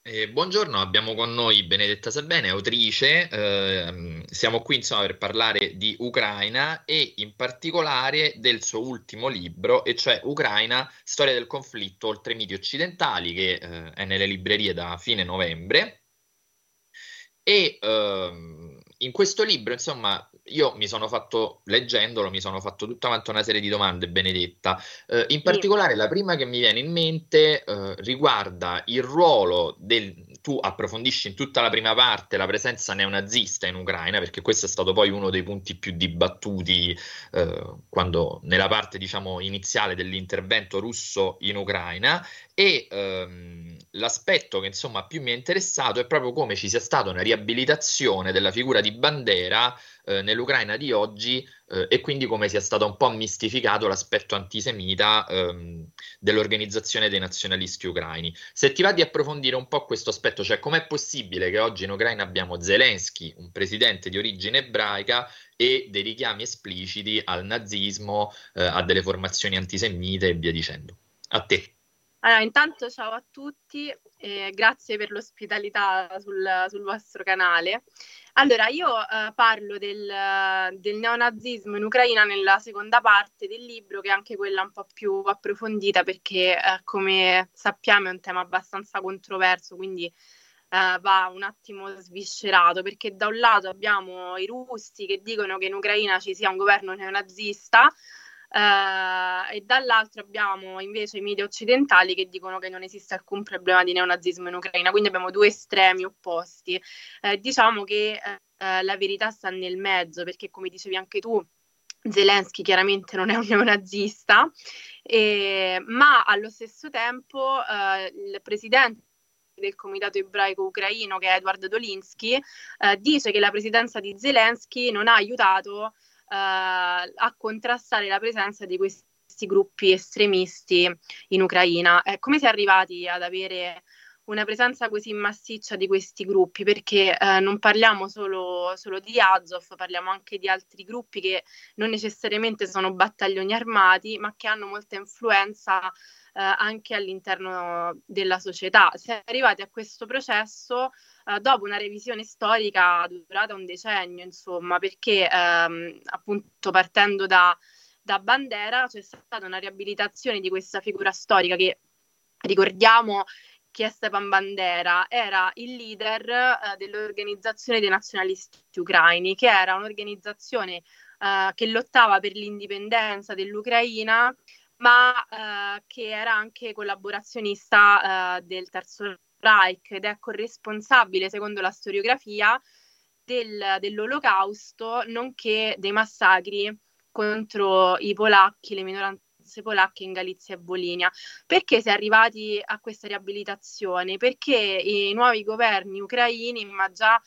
Buongiorno, abbiamo con noi Benedetta Sabene, autrice. Siamo qui insomma per parlare di Ucraina e in particolare del suo ultimo libro, e cioè Ucraina, storia del conflitto oltre i miti occidentali, che è nelle librerie da fine novembre. E in questo libro, insomma, io mi sono fatto, leggendolo, mi sono fatto tutta quanta una serie di domande, Benedetta. In Sì. particolare, la prima che mi viene in mente, riguarda il ruolo del. Tu approfondisci in tutta la prima parte la presenza neonazista in Ucraina, perché questo è stato poi uno dei punti più dibattuti, quando, nella parte, diciamo, iniziale dell'intervento russo in Ucraina. E l'aspetto che insomma più mi è interessato è proprio come ci sia stata una riabilitazione della figura di Bandera nell'Ucraina di oggi, e quindi come sia stato un po' mistificato l'aspetto antisemita dell'Organizzazione dei Nazionalisti Ucraini. Se ti va di approfondire un po' questo aspetto, cioè com'è possibile che oggi in Ucraina abbiamo Zelensky, un presidente di origine ebraica, e dei richiami espliciti al nazismo, a delle formazioni antisemite e via dicendo. A te. Allora, intanto ciao a tutti e grazie per l'ospitalità sul vostro canale. Allora, io parlo del neonazismo in Ucraina nella seconda parte del libro, che è anche quella un po' più approfondita perché, come sappiamo, è un tema abbastanza controverso, quindi va un attimo sviscerato, perché da un lato abbiamo i russi che dicono che in Ucraina ci sia un governo neonazista, e dall'altro abbiamo invece i media occidentali che dicono che non esiste alcun problema di neonazismo in Ucraina, quindi abbiamo due estremi opposti. Diciamo che la verità sta nel mezzo, perché come dicevi anche tu, Zelensky chiaramente non è un neonazista, ma allo stesso tempo il presidente del Comitato Ebraico Ucraino, che è Edward Dolinsky, dice che la presidenza di Zelensky non ha aiutato a contrastare la presenza di questi gruppi estremisti in Ucraina. Come si è arrivati ad avere una presenza così massiccia di questi gruppi? Perché non parliamo solo di Azov, parliamo anche di altri gruppi che non necessariamente sono battaglioni armati, ma che hanno molta influenza anche all'interno della società. Si è arrivati a questo processo dopo una revisione storica durata un decennio, insomma, perché appunto partendo da Bandera c'è stata una riabilitazione di questa figura storica che, ricordiamo, chi è Stepan Bandera? Era il leader dell'Organizzazione dei Nazionalisti Ucraini, che era un'organizzazione che lottava per l'indipendenza dell'Ucraina, ma che era anche collaborazionista del Terzo Reich ed è corresponsabile, secondo la storiografia, dell'Olocausto, nonché dei massacri contro i polacchi, le minoranze polacche in Galizia e Volynia. Perché si è arrivati a questa riabilitazione? Perché i nuovi governi ucraini, ma già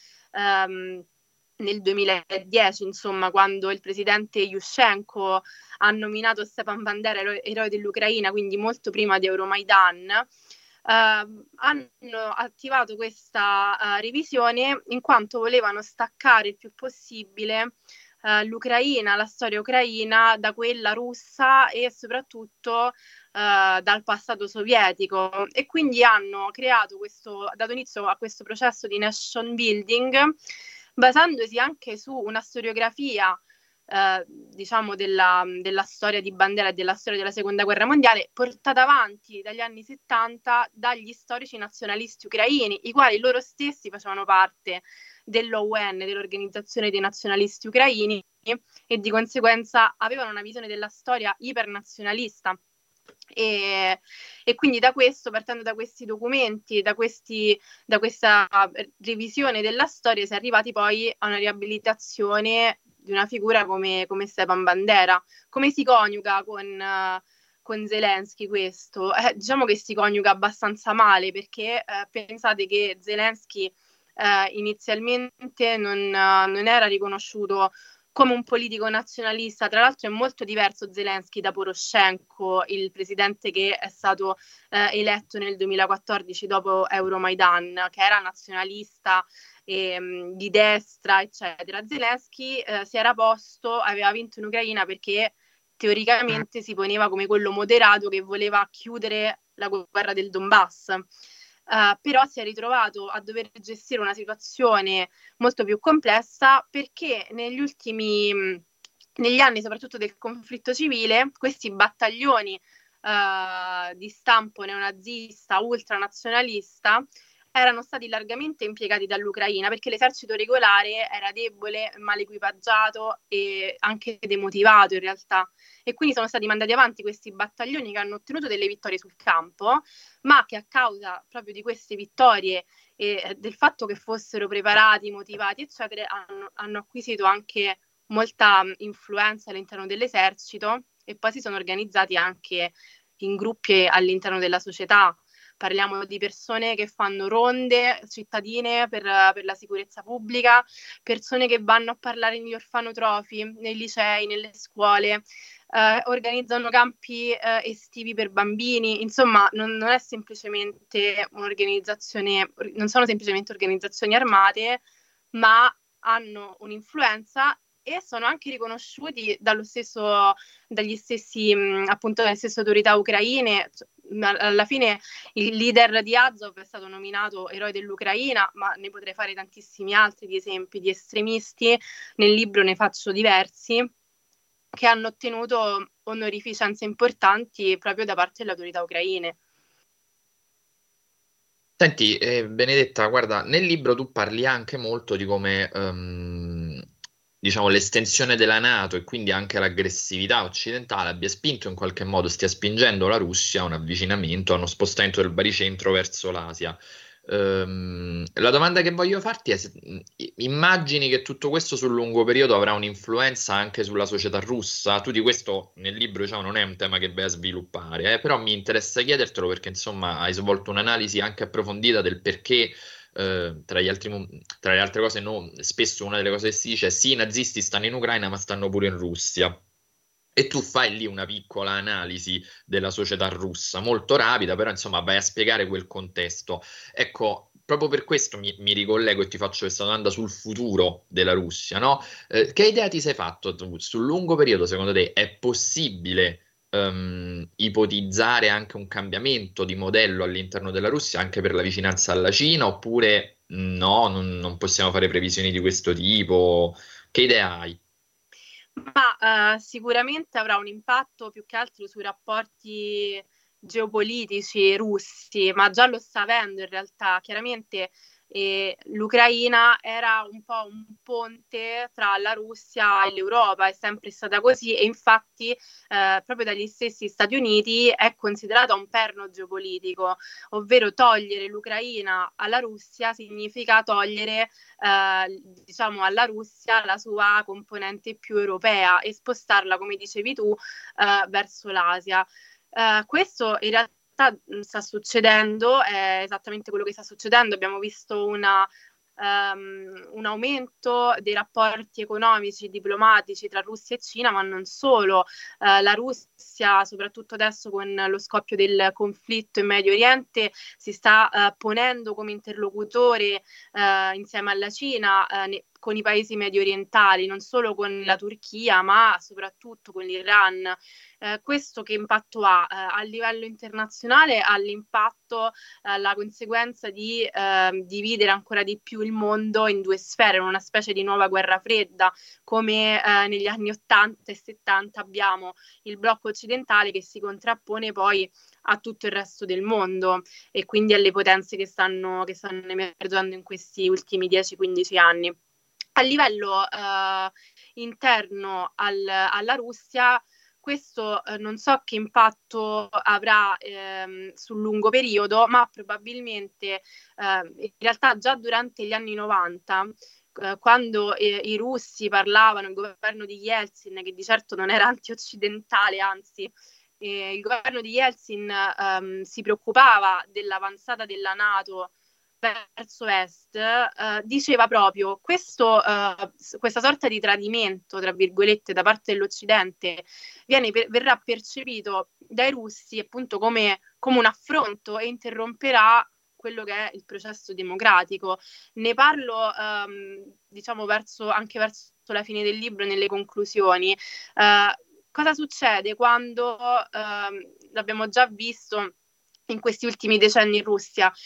nel 2010, insomma, quando il presidente Yushchenko ha nominato Stepan Bandera eroe dell'Ucraina, quindi molto prima di Euromaidan, hanno attivato questa revisione in quanto volevano staccare il più possibile l'Ucraina, la storia ucraina da quella russa e soprattutto dal passato sovietico, e quindi hanno creato dato inizio a questo processo di nation building basandosi anche su una storiografia diciamo della storia di Bandera e della storia della seconda guerra mondiale, portata avanti dagli anni 70 dagli storici nazionalisti ucraini, i quali loro stessi facevano parte dell'OUN, dell'Organizzazione dei Nazionalisti Ucraini, e di conseguenza avevano una visione della storia ipernazionalista. E quindi da questo, partendo da questi documenti, da questa revisione della storia, si è arrivati poi a una riabilitazione di una figura come Stepan Bandera. Come si coniuga con Zelensky questo? Diciamo che si coniuga abbastanza male, perché pensate che Zelensky inizialmente non era riconosciuto come un politico nazionalista. Tra l'altro è molto diverso Zelensky da Poroshenko, il presidente che è stato eletto nel 2014 dopo Euromaidan, che era nazionalista di destra, eccetera. Zelensky si era posto, aveva vinto in Ucraina perché teoricamente si poneva come quello moderato che voleva chiudere la guerra del Donbass. però si è ritrovato a dover gestire una situazione molto più complessa perché negli anni soprattutto del conflitto civile, questi battaglioni di stampo neonazista, ultranazionalista, erano stati largamente impiegati dall'Ucraina perché l'esercito regolare era debole, mal equipaggiato e anche demotivato in realtà. E quindi sono stati mandati avanti questi battaglioni che hanno ottenuto delle vittorie sul campo, ma che a causa proprio di queste vittorie e del fatto che fossero preparati, motivati, eccetera, hanno acquisito anche molta influenza all'interno dell'esercito e poi si sono organizzati anche in gruppi all'interno della società. Parliamo di persone che fanno ronde cittadine per la sicurezza pubblica, persone che vanno a parlare negli orfanotrofi, nei licei, nelle scuole, organizzano campi estivi per bambini. Insomma, non è semplicemente un'organizzazione, non sono semplicemente organizzazioni armate, ma hanno un'influenza e sono anche riconosciuti dagli stessi, appunto, dalle stesse autorità ucraine. Alla fine il leader di Azov è stato nominato eroe dell'Ucraina, ma ne potrei fare tantissimi altri di esempi di estremisti. Nel libro ne faccio diversi che hanno ottenuto onorificenze importanti proprio da parte delle autorità ucraine. Senti, Benedetta, guarda, nel libro tu parli anche molto di come, diciamo, l'estensione della NATO e quindi anche l'aggressività occidentale abbia spinto in qualche modo, stia spingendo la Russia a un avvicinamento, a uno spostamento del baricentro verso l'Asia. La domanda che voglio farti è se immagini che tutto questo sul lungo periodo avrà un'influenza anche sulla società russa? Tu di questo nel libro, diciamo, non è un tema che vai a sviluppare, però mi interessa chiedertelo perché insomma hai svolto un'analisi anche approfondita del perché tra le altre cose, no, spesso una delle cose che si dice è sì, i nazisti stanno in Ucraina, ma stanno pure in Russia. E tu fai lì una piccola analisi della società russa, molto rapida, però insomma vai a spiegare quel contesto. Ecco, proprio per questo mi ricollego e ti faccio questa domanda sul futuro della Russia, no? Che idea ti sei fatto tu? Sul lungo periodo, secondo te, è possibile ipotizzare anche un cambiamento di modello all'interno della Russia, anche per la vicinanza alla Cina, oppure no, non possiamo fare previsioni di questo tipo? Che idea hai? Ma sicuramente avrà un impatto più che altro sui rapporti geopolitici russi, ma già lo sta avendo in realtà. Chiaramente l'Ucraina era un po' un ponte tra la Russia e l'Europa, è sempre stata così e infatti proprio dagli stessi Stati Uniti è considerata un perno geopolitico, ovvero togliere l'Ucraina alla Russia significa togliere diciamo alla Russia la sua componente più europea e spostarla, come dicevi tu, verso l'Asia. Questo in realtà sta succedendo, è esattamente quello che sta succedendo. Abbiamo visto un aumento dei rapporti economici e diplomatici tra Russia e Cina, ma non solo. La Russia, soprattutto adesso con lo scoppio del conflitto in Medio Oriente, si sta ponendo come interlocutore insieme alla Cina con i paesi medio orientali, non solo con la Turchia, ma soprattutto con l'Iran. Questo che impatto ha? A livello internazionale ha l'impatto, la conseguenza di dividere ancora di più il mondo in due sfere, in una specie di nuova guerra fredda, come negli anni 80 e 70 abbiamo il blocco occidentale che si contrappone poi a tutto il resto del mondo e quindi alle potenze che stanno emergendo in questi ultimi 10-15 anni. A livello interno alla Russia, questo non so che impatto avrà sul lungo periodo, ma probabilmente in realtà già durante gli anni 90, quando i russi parlavano, il governo di Yeltsin, che di certo non era anti-occidentale, anzi, il governo di Yeltsin si preoccupava dell'avanzata della NATO verso est, diceva proprio questa sorta di tradimento, tra virgolette, da parte dell'Occidente verrà percepito dai russi appunto come un affronto e interromperà quello che è il processo democratico. Ne parlo diciamo anche verso la fine del libro, nelle conclusioni. Cosa succede quando l'abbiamo già visto in questi ultimi decenni in Russia?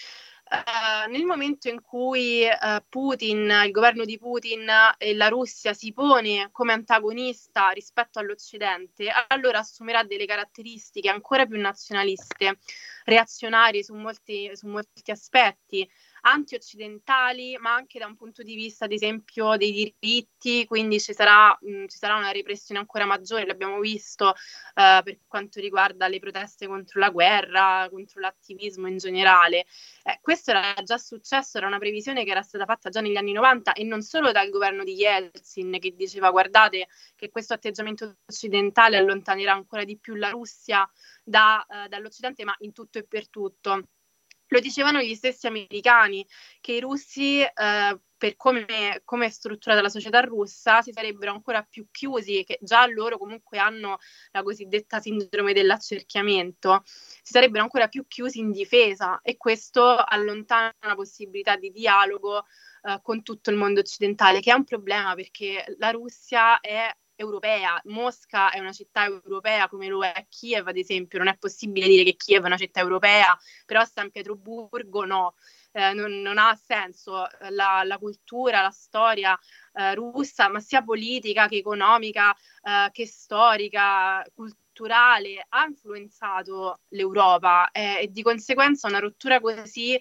Nel momento in cui Putin, il governo di Putin e la Russia si pone come antagonista rispetto all'Occidente, allora assumerà delle caratteristiche ancora più nazionaliste, reazionarie su molti aspetti, anti-occidentali, ma anche da un punto di vista, ad esempio, dei diritti, quindi ci sarà una repressione ancora maggiore, l'abbiamo visto per quanto riguarda le proteste contro la guerra, contro l'attivismo in generale. Questo era già successo, era una previsione che era stata fatta già negli anni 90 e non solo dal governo di Yeltsin, che diceva guardate che questo atteggiamento occidentale allontanerà ancora di più la Russia dall'Occidente, ma in tutto e per tutto. Lo dicevano gli stessi americani, che i russi, per come è strutturata la società russa, si sarebbero ancora più chiusi, che già loro comunque hanno la cosiddetta sindrome dell'accerchiamento, si sarebbero ancora più chiusi in difesa e questo allontana la possibilità di dialogo con tutto il mondo occidentale, che è un problema perché la Russia è europea, Mosca è una città europea come lo è Kiev, ad esempio. Non è possibile dire che Kiev è una città europea, però San Pietroburgo no. Non ha senso. La cultura, la storia russa, ma sia politica che economica, che storica, culturale, ha influenzato l'Europa e di conseguenza una rottura così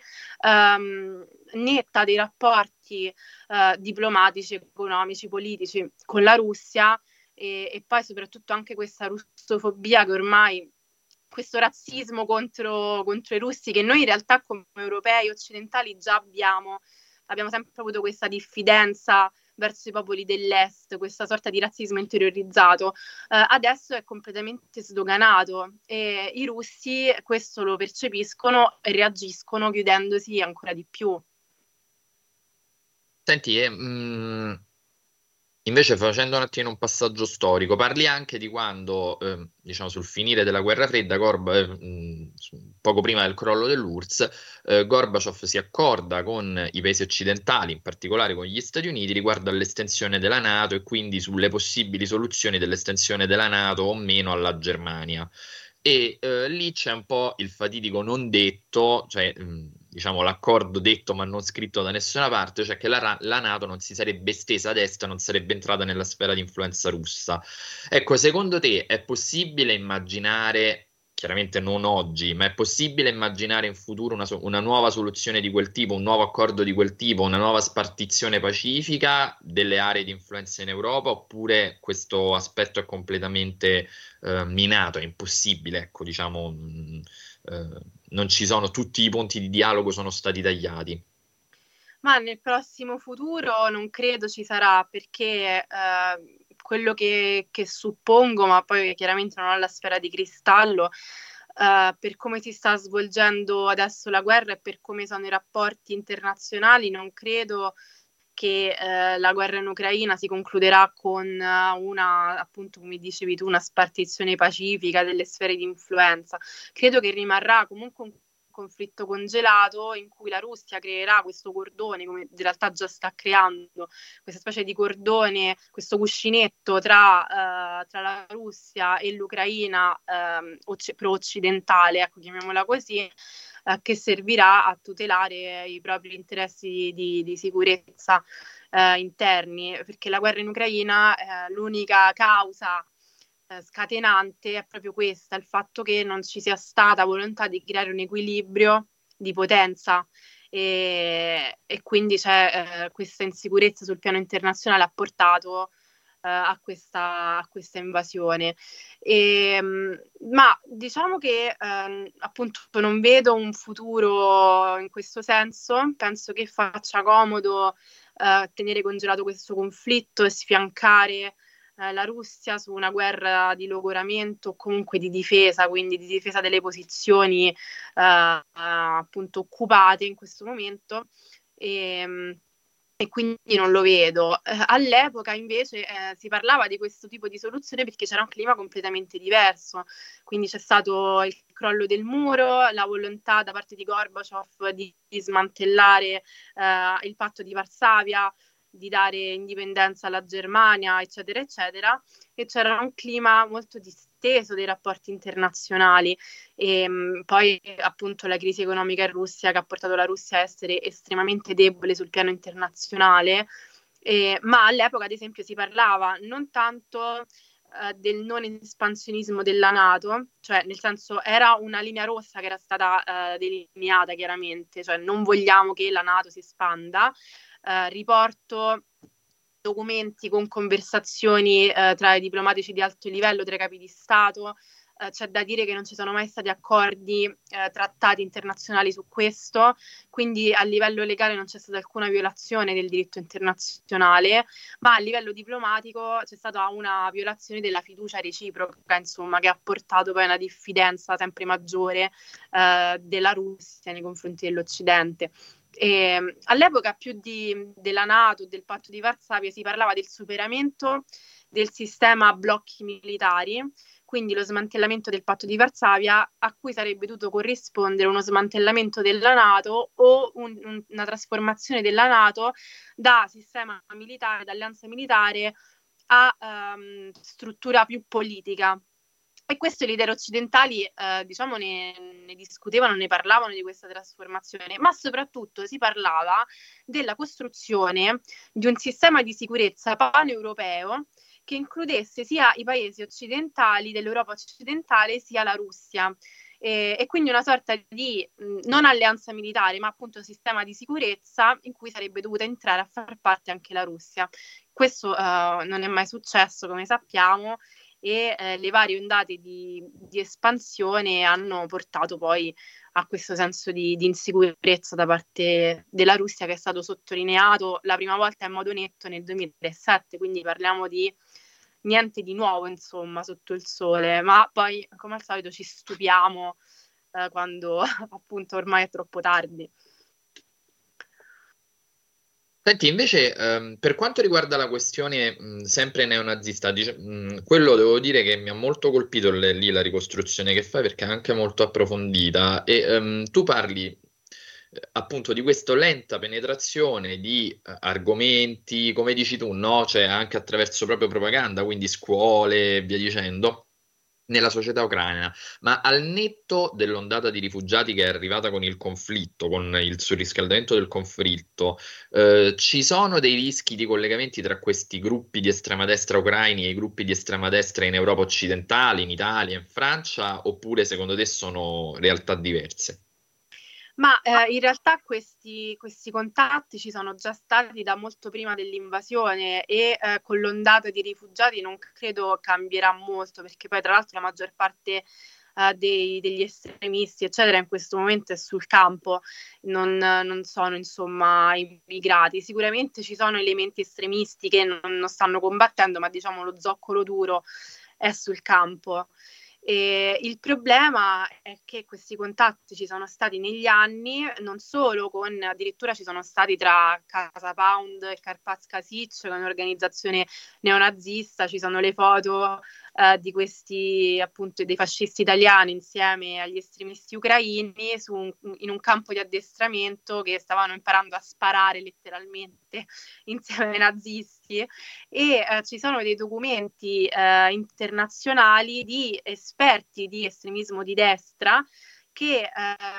netta dei rapporti diplomatici, economici, politici con la Russia e poi soprattutto anche questa russofobia che ormai, questo razzismo contro i russi che noi in realtà come europei occidentali già abbiamo sempre avuto questa diffidenza verso i popoli dell'est, questa sorta di razzismo interiorizzato, adesso è completamente sdoganato e i russi questo lo percepiscono e reagiscono chiudendosi ancora di più. Senti, invece facendo un attimo un passaggio storico, parli anche di quando, diciamo, sul finire della guerra fredda, poco prima del crollo dell'URSS, Gorbaciov si accorda con i paesi occidentali, in particolare con gli Stati Uniti, riguardo all'estensione della NATO e quindi sulle possibili soluzioni dell'estensione della NATO o meno alla Germania. E lì c'è un po' il fatidico non detto, cioè diciamo l'accordo detto ma non scritto da nessuna parte, cioè che la NATO non si sarebbe estesa ad est, non sarebbe entrata nella sfera di influenza russa. Ecco, secondo te è possibile immaginare, chiaramente non oggi, ma è possibile immaginare in futuro una nuova soluzione di quel tipo, un nuovo accordo di quel tipo, una nuova spartizione pacifica delle aree di influenza in Europa, oppure questo aspetto è completamente minato, è impossibile, ecco, diciamo, non ci sono, tutti i ponti di dialogo sono stati tagliati. Ma nel prossimo futuro non credo ci sarà, perché quello che suppongo, ma poi chiaramente non ho la sfera di cristallo, per come si sta svolgendo adesso la guerra e per come sono i rapporti internazionali, non credo che la guerra in Ucraina si concluderà con una, appunto, come dicevi tu, una spartizione pacifica delle sfere di influenza. Credo che rimarrà comunque un conflitto congelato in cui la Russia creerà questo cordone, come in realtà già sta creando, questa specie di cordone, questo cuscinetto tra la Russia e l'Ucraina pro-occidentale, ecco, chiamiamola così, che servirà a tutelare i propri interessi di sicurezza interni, perché la guerra in Ucraina, l'unica causa scatenante è proprio questa, il fatto che non ci sia stata volontà di creare un equilibrio di potenza e quindi c'è questa insicurezza sul piano internazionale ha portato a questa invasione. Ma diciamo che appunto non vedo un futuro in questo senso, penso che faccia comodo tenere congelato questo conflitto e sfiancare la Russia su una guerra di logoramento o comunque di difesa, quindi di difesa delle posizioni appunto occupate in questo momento. E, e quindi non lo vedo. All'epoca invece si parlava di questo tipo di soluzione perché c'era un clima completamente diverso, quindi c'è stato il crollo del muro, la volontà da parte di Gorbaciov di smantellare il patto di Varsavia, di dare indipendenza alla Germania, eccetera, eccetera, e c'era un clima molto disteso dei rapporti internazionali e poi appunto la crisi economica in Russia che ha portato la Russia a essere estremamente debole sul piano internazionale, ma all'epoca ad esempio si parlava non tanto del non espansionismo della NATO, cioè nel senso era una linea rossa che era stata delineata chiaramente, cioè non vogliamo che la NATO si espanda. Riporto documenti con conversazioni tra i diplomatici di alto livello, tra i capi di Stato. C'è da dire che non ci sono mai stati accordi, trattati internazionali su questo, quindi a livello legale non c'è stata alcuna violazione del diritto internazionale, ma a livello diplomatico c'è stata una violazione della fiducia reciproca, insomma, che ha portato poi a una diffidenza sempre maggiore della Russia nei confronti dell'Occidente. All'epoca più della NATO, del patto di Varsavia, si parlava del superamento del sistema a blocchi militari, quindi lo smantellamento del patto di Varsavia, a cui sarebbe dovuto corrispondere uno smantellamento della NATO o una trasformazione della NATO da sistema militare, da alleanza militare a struttura più politica. E questo i leader occidentali, diciamo, ne discutevano, ne parlavano di questa trasformazione, ma soprattutto si parlava della costruzione di un sistema di sicurezza paneuropeo che includesse sia i paesi occidentali dell'Europa occidentale sia la Russia. E quindi una sorta di non alleanza militare, ma appunto sistema di sicurezza in cui sarebbe dovuta entrare a far parte anche la Russia. Questo non è mai successo, come sappiamo, e le varie ondate di espansione hanno portato poi a questo senso di insicurezza da parte della Russia, che è stato sottolineato la prima volta in modo netto nel 2007, quindi parliamo di niente di nuovo, insomma, sotto il sole, ma poi come al solito ci stupiamo quando appunto ormai è troppo tardi. Senti, invece, per quanto riguarda la questione sempre neonazista, quello devo dire che mi ha molto colpito lì la ricostruzione che fai perché è anche molto approfondita e tu parli appunto di questa lenta penetrazione di argomenti, come dici tu, no? Cioè anche attraverso proprio propaganda, quindi scuole e via dicendo, nella società ucraina. Ma al netto dell'ondata di rifugiati che è arrivata con il conflitto, con il surriscaldamento del conflitto, ci sono dei rischi di collegamenti tra questi gruppi di estrema destra ucraini e i gruppi di estrema destra in Europa occidentale, in Italia, in Francia, oppure secondo te sono realtà diverse? Ma in realtà questi contatti ci sono già stati da molto prima dell'invasione e con l'ondata di rifugiati non credo cambierà molto, perché poi tra l'altro la maggior parte degli estremisti, eccetera, in questo momento è sul campo, non sono insomma immigrati. Sicuramente ci sono elementi estremisti che non stanno combattendo, ma diciamo lo zoccolo duro è sul campo. E il problema è che questi contatti ci sono stati negli anni, non solo con, addirittura ci sono stati tra Casa Pound e Karpatska Sich, che è un'organizzazione neonazista, ci sono le foto di questi appunto dei fascisti italiani insieme agli estremisti ucraini in un campo di addestramento che stavano imparando a sparare letteralmente insieme ai nazisti e ci sono dei documenti internazionali di esperti di estremismo di destra che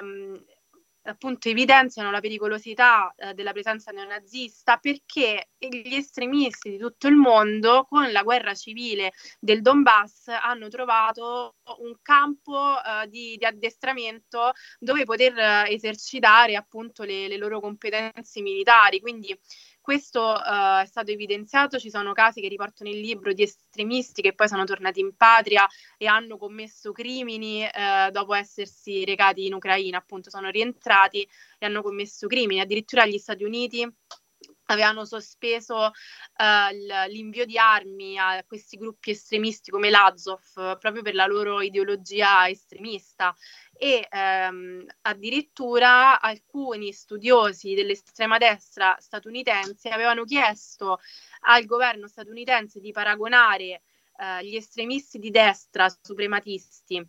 appunto evidenziano la pericolosità della presenza neonazista perché gli estremisti di tutto il mondo con la guerra civile del Donbass hanno trovato un campo di addestramento dove poter esercitare appunto le loro competenze militari, quindi questo è stato evidenziato, ci sono casi che riportano il libro di estremisti che poi sono tornati in patria e hanno commesso crimini dopo essersi recati in Ucraina, appunto sono rientrati e hanno commesso crimini, addirittura gli Stati Uniti avevano sospeso l'invio di armi a questi gruppi estremisti come l'Azov proprio per la loro ideologia estremista e addirittura alcuni studiosi dell'estrema destra statunitense avevano chiesto al governo statunitense di paragonare gli estremisti di destra suprematisti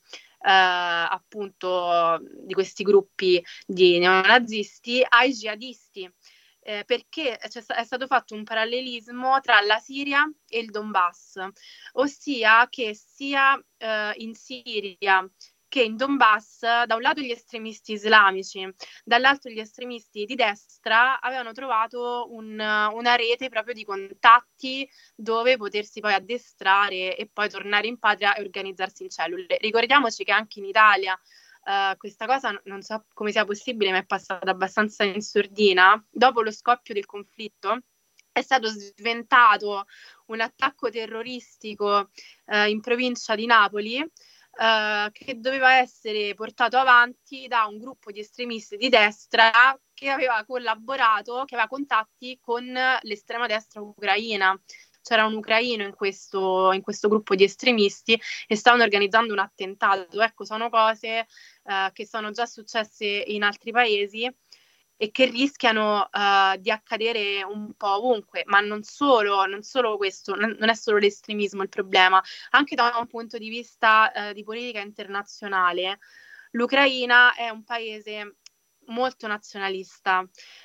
appunto di questi gruppi di neonazisti ai jihadisti perché è stato fatto un parallelismo tra la Siria e il Donbass, ossia che sia in Siria che in Donbass, da un lato gli estremisti islamici, dall'altro gli estremisti di destra avevano trovato una rete proprio di contatti dove potersi poi addestrare e poi tornare in patria e organizzarsi in cellule. Ricordiamoci che anche in Italia questa cosa non so come sia possibile, ma è passata abbastanza in sordina. Dopo lo scoppio del conflitto è stato sventato un attacco terroristico in provincia di Napoli che doveva essere portato avanti da un gruppo di estremisti di destra che aveva collaborato, che aveva contatti con l'estrema destra ucraina. C'era un ucraino in questo gruppo di estremisti e stavano organizzando un attentato. Ecco, sono cose che sono già successe in altri paesi e che rischiano di accadere un po' ovunque, ma non solo questo, non è solo l'estremismo il problema, anche da un punto di vista di politica internazionale. L'Ucraina è un paese molto nazionalista,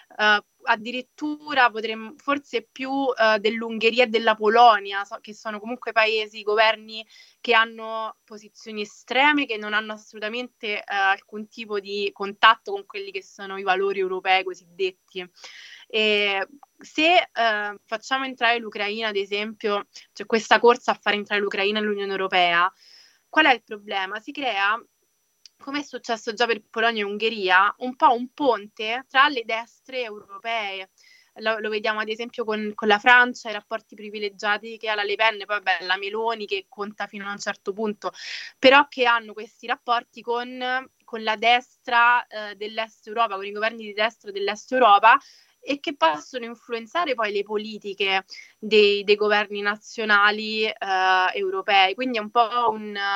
addirittura potremmo, forse più dell'Ungheria e della Polonia, che sono comunque paesi, governi che hanno posizioni estreme, che non hanno assolutamente alcun tipo di contatto con quelli che sono i valori europei cosiddetti. E se facciamo entrare l'Ucraina, ad esempio, c'è questa corsa a fare entrare l'Ucraina nell'Unione Europea, qual è il problema? Si crea, come è successo già per Polonia e Ungheria, un po' un ponte tra le destre europee. Lo vediamo ad esempio con la Francia, i rapporti privilegiati che ha la Le Pen, poi vabbè, la Meloni che conta fino a un certo punto, però che hanno questi rapporti con la destra dell'Est Europa, con i governi di destra dell'Est Europa e che possono influenzare poi le politiche dei governi nazionali europei. Quindi è un po'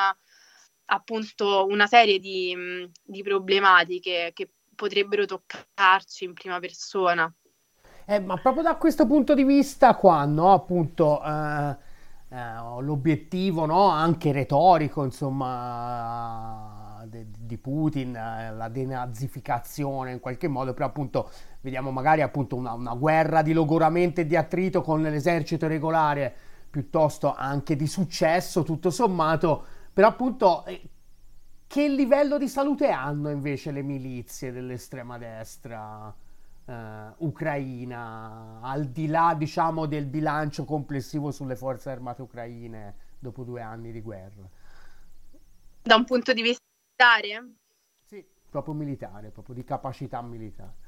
appunto una serie di problematiche che potrebbero toccarci in prima persona. Ma proprio da questo punto di vista, qua, no, appunto, l'obiettivo, no, anche retorico, insomma, di Putin, la denazificazione in qualche modo, però appunto vediamo magari appunto una guerra di logoramento e di attrito con l'esercito regolare, piuttosto anche di successo, tutto sommato, però appunto che livello di salute hanno invece le milizie dell'estrema destra ucraina, al di là, diciamo, del bilancio complessivo sulle forze armate ucraine dopo 2 anni di guerra? Da un punto di vista militare? Sì, proprio militare, proprio di capacità militare.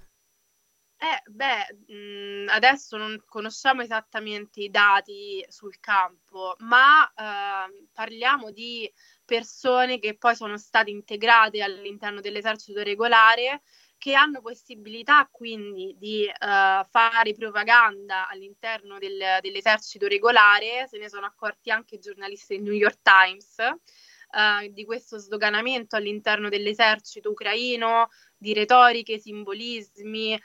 Adesso non conosciamo esattamente i dati sul campo, ma parliamo di persone che poi sono state integrate all'interno dell'esercito regolare, che hanno possibilità quindi di fare propaganda all'interno dell'esercito regolare. Se ne sono accorti anche i giornalisti del New York Times. Di questo sdoganamento all'interno dell'esercito ucraino, di retoriche, simbolismi,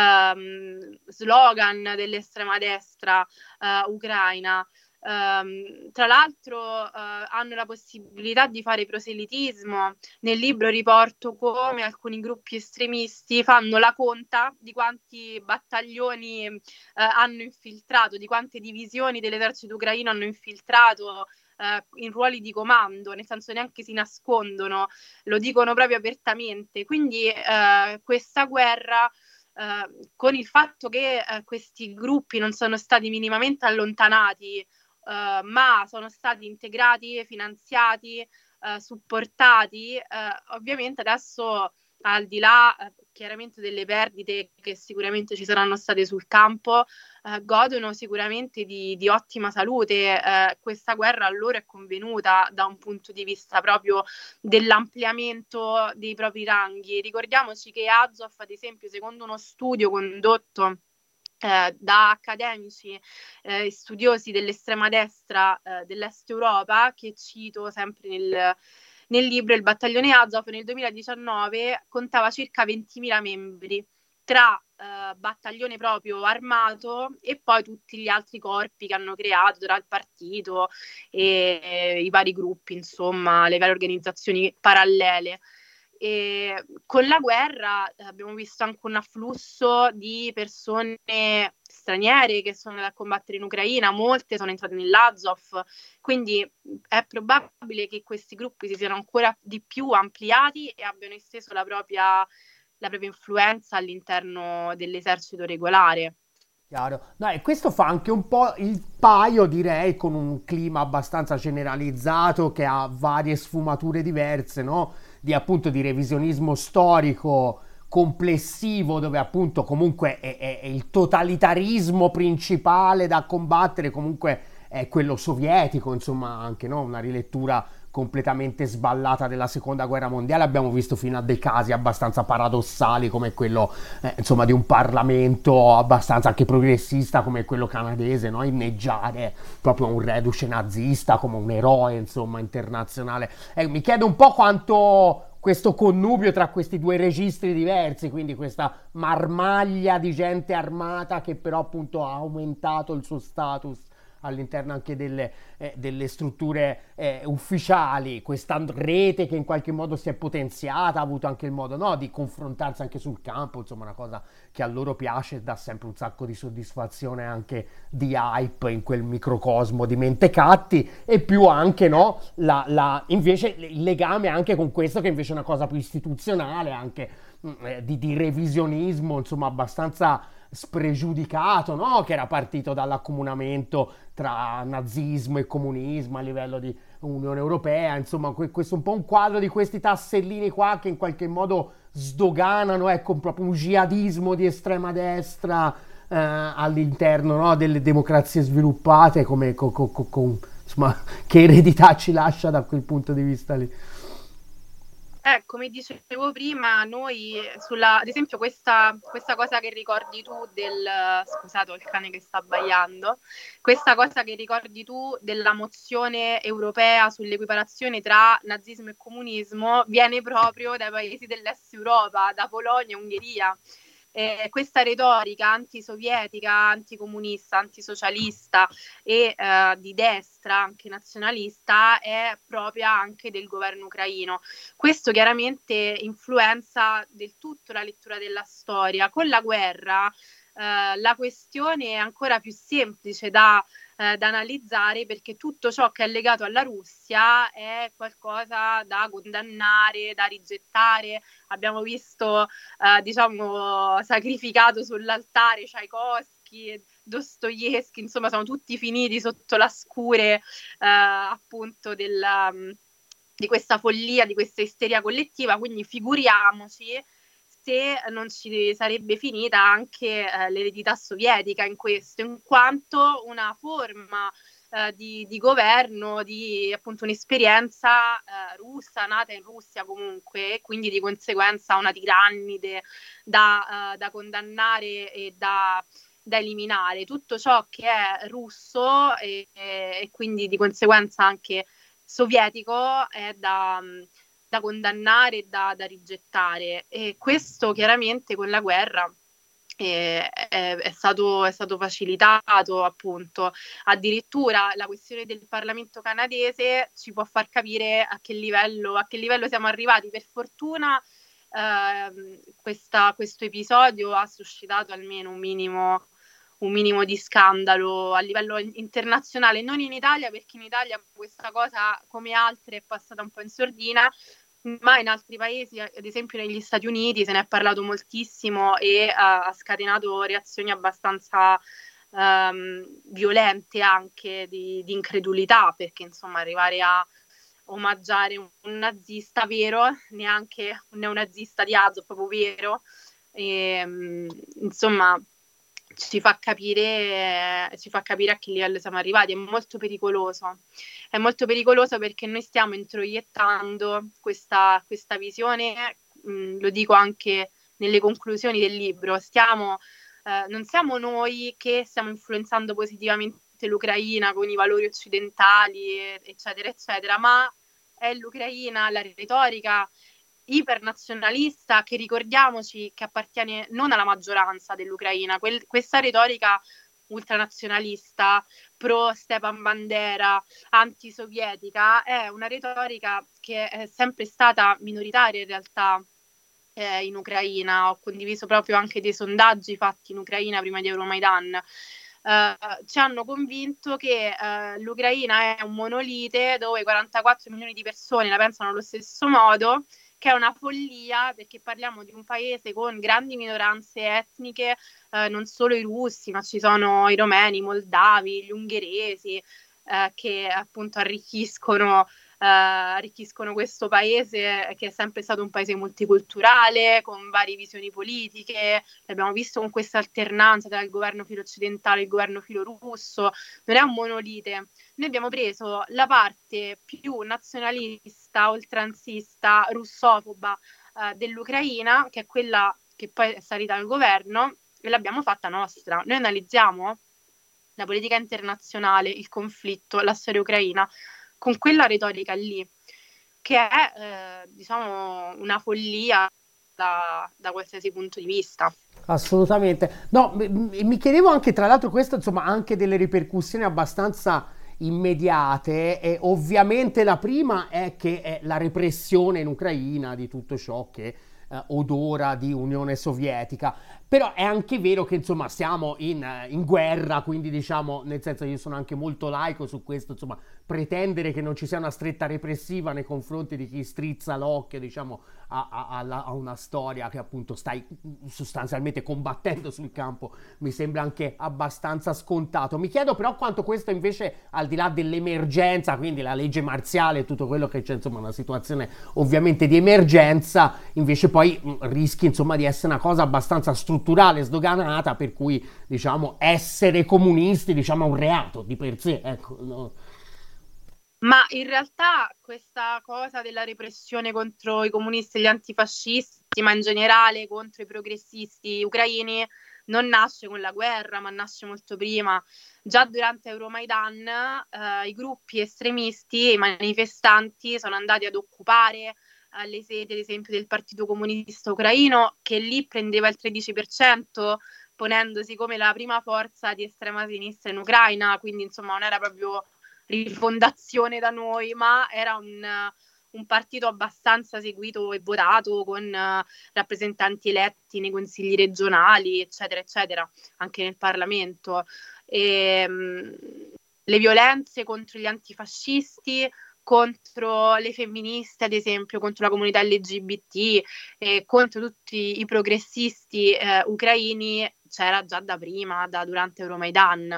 slogan dell'estrema destra ucraina. Tra l'altro hanno la possibilità di fare proselitismo. Nel libro riporto come alcuni gruppi estremisti fanno la conta di quanti battaglioni hanno infiltrato, di quante divisioni dell'esercito ucraino hanno infiltrato in ruoli di comando, nel senso neanche si nascondono, lo dicono proprio apertamente. Quindi questa guerra, con il fatto che questi gruppi non sono stati minimamente allontanati, ma sono stati integrati, finanziati, supportati, ovviamente adesso al di là chiaramente delle perdite che sicuramente ci saranno state sul campo, godono sicuramente di ottima salute. Questa guerra a loro è convenuta da un punto di vista proprio dell'ampliamento dei propri ranghi. Ricordiamoci che Azov, ad esempio, secondo uno studio condotto da accademici studiosi dell'estrema destra dell'Est Europa, che cito sempre nel libro, il battaglione Azov nel 2019 contava circa 20.000 membri tra battaglione proprio armato e poi tutti gli altri corpi che hanno creato tra il partito e i vari gruppi, insomma, le varie organizzazioni parallele. E con la guerra abbiamo visto anche un afflusso di persone straniere che sono andate a combattere in Ucraina, molte sono entrate nell'Azov, quindi è probabile che questi gruppi si siano ancora di più ampliati e abbiano esteso la propria influenza all'interno dell'esercito regolare. Chiaro. No, e questo fa anche un po' il paio, direi, con un clima abbastanza generalizzato che ha varie sfumature diverse, no? Di appunto di revisionismo storico complessivo, dove appunto comunque è il totalitarismo principale da combattere, comunque è quello sovietico, insomma, anche no? Una rilettura completamente sballata della seconda guerra mondiale. Abbiamo visto fino a dei casi abbastanza paradossali come quello insomma di un Parlamento abbastanza anche progressista come quello canadese, no? Inneggiare proprio un reduce nazista come un eroe insomma internazionale. Mi chiedo un po' quanto questo connubio tra questi due registri diversi, quindi questa marmaglia di gente armata che però appunto ha aumentato il suo status all'interno anche delle strutture ufficiali, questa rete che in qualche modo si è potenziata, ha avuto anche il modo no, di confrontarsi anche sul campo, insomma una cosa che a loro piace, dà sempre un sacco di soddisfazione, anche di hype in quel microcosmo di mentecatti, e più anche no, invece il legame anche con questo che invece è una cosa più istituzionale, anche di revisionismo, insomma abbastanza spregiudicato, no? Che era partito dall'accomunamento tra nazismo e comunismo a livello di Unione Europea, insomma questo è un po' un quadro di questi tassellini qua che in qualche modo sdoganano, ecco, proprio un jihadismo di estrema destra all'interno no? Delle democrazie sviluppate, come insomma, che eredità ci lascia da quel punto di vista lì. Come dicevo prima, noi ad esempio questa cosa che ricordi tu scusate, ho il cane che sta abbaiando, questa cosa che ricordi tu della mozione europea sull'equiparazione tra nazismo e comunismo viene proprio dai paesi dell'est Europa, da Polonia e Ungheria. Questa retorica antisovietica, anticomunista, antisocialista e di destra, anche nazionalista, è propria anche del governo ucraino. Questo chiaramente influenza del tutto la lettura della storia. Con la guerra la questione è ancora più semplice da analizzare, perché tutto ciò che è legato alla Russia è qualcosa da condannare, da rigettare. Abbiamo visto sacrificato sull'altare Tchaikovsky, Dostoevsky, insomma sono tutti finiti sotto la scure appunto di questa follia, di questa isteria collettiva, quindi figuriamoci se non ci sarebbe finita anche l'eredità sovietica in questo, in quanto una forma di governo, di appunto un'esperienza russa, nata in Russia comunque, e quindi di conseguenza una tirannide da condannare e da eliminare. Tutto ciò che è russo e quindi di conseguenza anche sovietico è da condannare e da rigettare, e questo chiaramente con la guerra è stato facilitato, appunto. Addirittura la questione del Parlamento canadese ci può far capire a che livello siamo arrivati. Per fortuna questo episodio ha suscitato almeno un minimo di scandalo a livello internazionale, non in Italia, perché in Italia questa cosa, come altre, è passata un po' in sordina, ma in altri paesi, ad esempio negli Stati Uniti, se ne è parlato moltissimo e ha scatenato reazioni abbastanza violente, anche di incredulità, perché insomma arrivare a omaggiare un nazista vero, neanche un neonazista di Azov, proprio vero, insomma ci fa capire a che livello siamo arrivati. È molto pericoloso perché noi stiamo introiettando questa visione, lo dico anche nelle conclusioni del libro, non siamo noi che stiamo influenzando positivamente l'Ucraina con i valori occidentali, eccetera, eccetera, ma è l'Ucraina, la retorica ipernazionalista, che ricordiamoci che appartiene non alla maggioranza dell'Ucraina. Questa retorica ultranazionalista, pro Stepan Bandera, antisovietica, è una retorica che è sempre stata minoritaria in realtà in Ucraina. Ho condiviso proprio anche dei sondaggi fatti in Ucraina prima di Euromaidan. Ci hanno convinto che l'Ucraina è un monolite dove 44 milioni di persone la pensano allo stesso modo, che è una follia perché parliamo di un paese con grandi minoranze etniche, non solo i russi, ma ci sono i romeni, i moldavi, gli ungheresi, che appunto arricchiscono questo paese che è sempre stato un paese multiculturale, con varie visioni politiche. L'abbiamo visto con questa alternanza tra il governo filo occidentale e il governo filo russo. Non è un monolite. Noi abbiamo preso la parte più nazionalista, oltranzista, russofoba dell'Ucraina, che è quella che poi è salita al governo, e l'abbiamo fatta nostra. Noi analizziamo la politica internazionale, il conflitto, la storia ucraina, con quella retorica lì, che è diciamo una follia da qualsiasi punto di vista. Assolutamente. No, mi chiedevo anche, tra l'altro, questo insomma ha anche delle ripercussioni abbastanza immediate, e ovviamente la prima è che è la repressione in Ucraina di tutto ciò che odora di Unione Sovietica. Però è anche vero che insomma siamo in guerra, quindi diciamo, nel senso, io sono anche molto laico su questo, insomma, pretendere che non ci sia una stretta repressiva nei confronti di chi strizza l'occhio, diciamo, a una storia che appunto stai sostanzialmente combattendo sul campo, mi sembra anche abbastanza scontato. Mi chiedo però quanto questo invece, al di là dell'emergenza, quindi la legge marziale e tutto quello che c'è, insomma una situazione ovviamente di emergenza, invece poi rischi insomma di essere una cosa abbastanza strutturale, sdoganata, per cui diciamo essere comunisti diciamo è un reato di per sé, ecco, no? Ma in realtà questa cosa della repressione contro i comunisti e gli antifascisti, ma in generale contro i progressisti ucraini, non nasce con la guerra, ma nasce molto prima. Già durante Euromaidan i gruppi estremisti e i manifestanti sono andati ad occupare le sedi, ad esempio, del Partito Comunista Ucraino, che lì prendeva il 13%, ponendosi come la prima forza di estrema sinistra in Ucraina, quindi insomma non era proprio rifondazione da noi, ma era un partito abbastanza seguito e votato, con rappresentanti eletti nei consigli regionali, eccetera, eccetera, anche nel Parlamento. Le violenze contro gli antifascisti, contro le femministe, ad esempio, contro la comunità LGBT, contro tutti i progressisti ucraini, c'era già da prima, durante Euromaidan.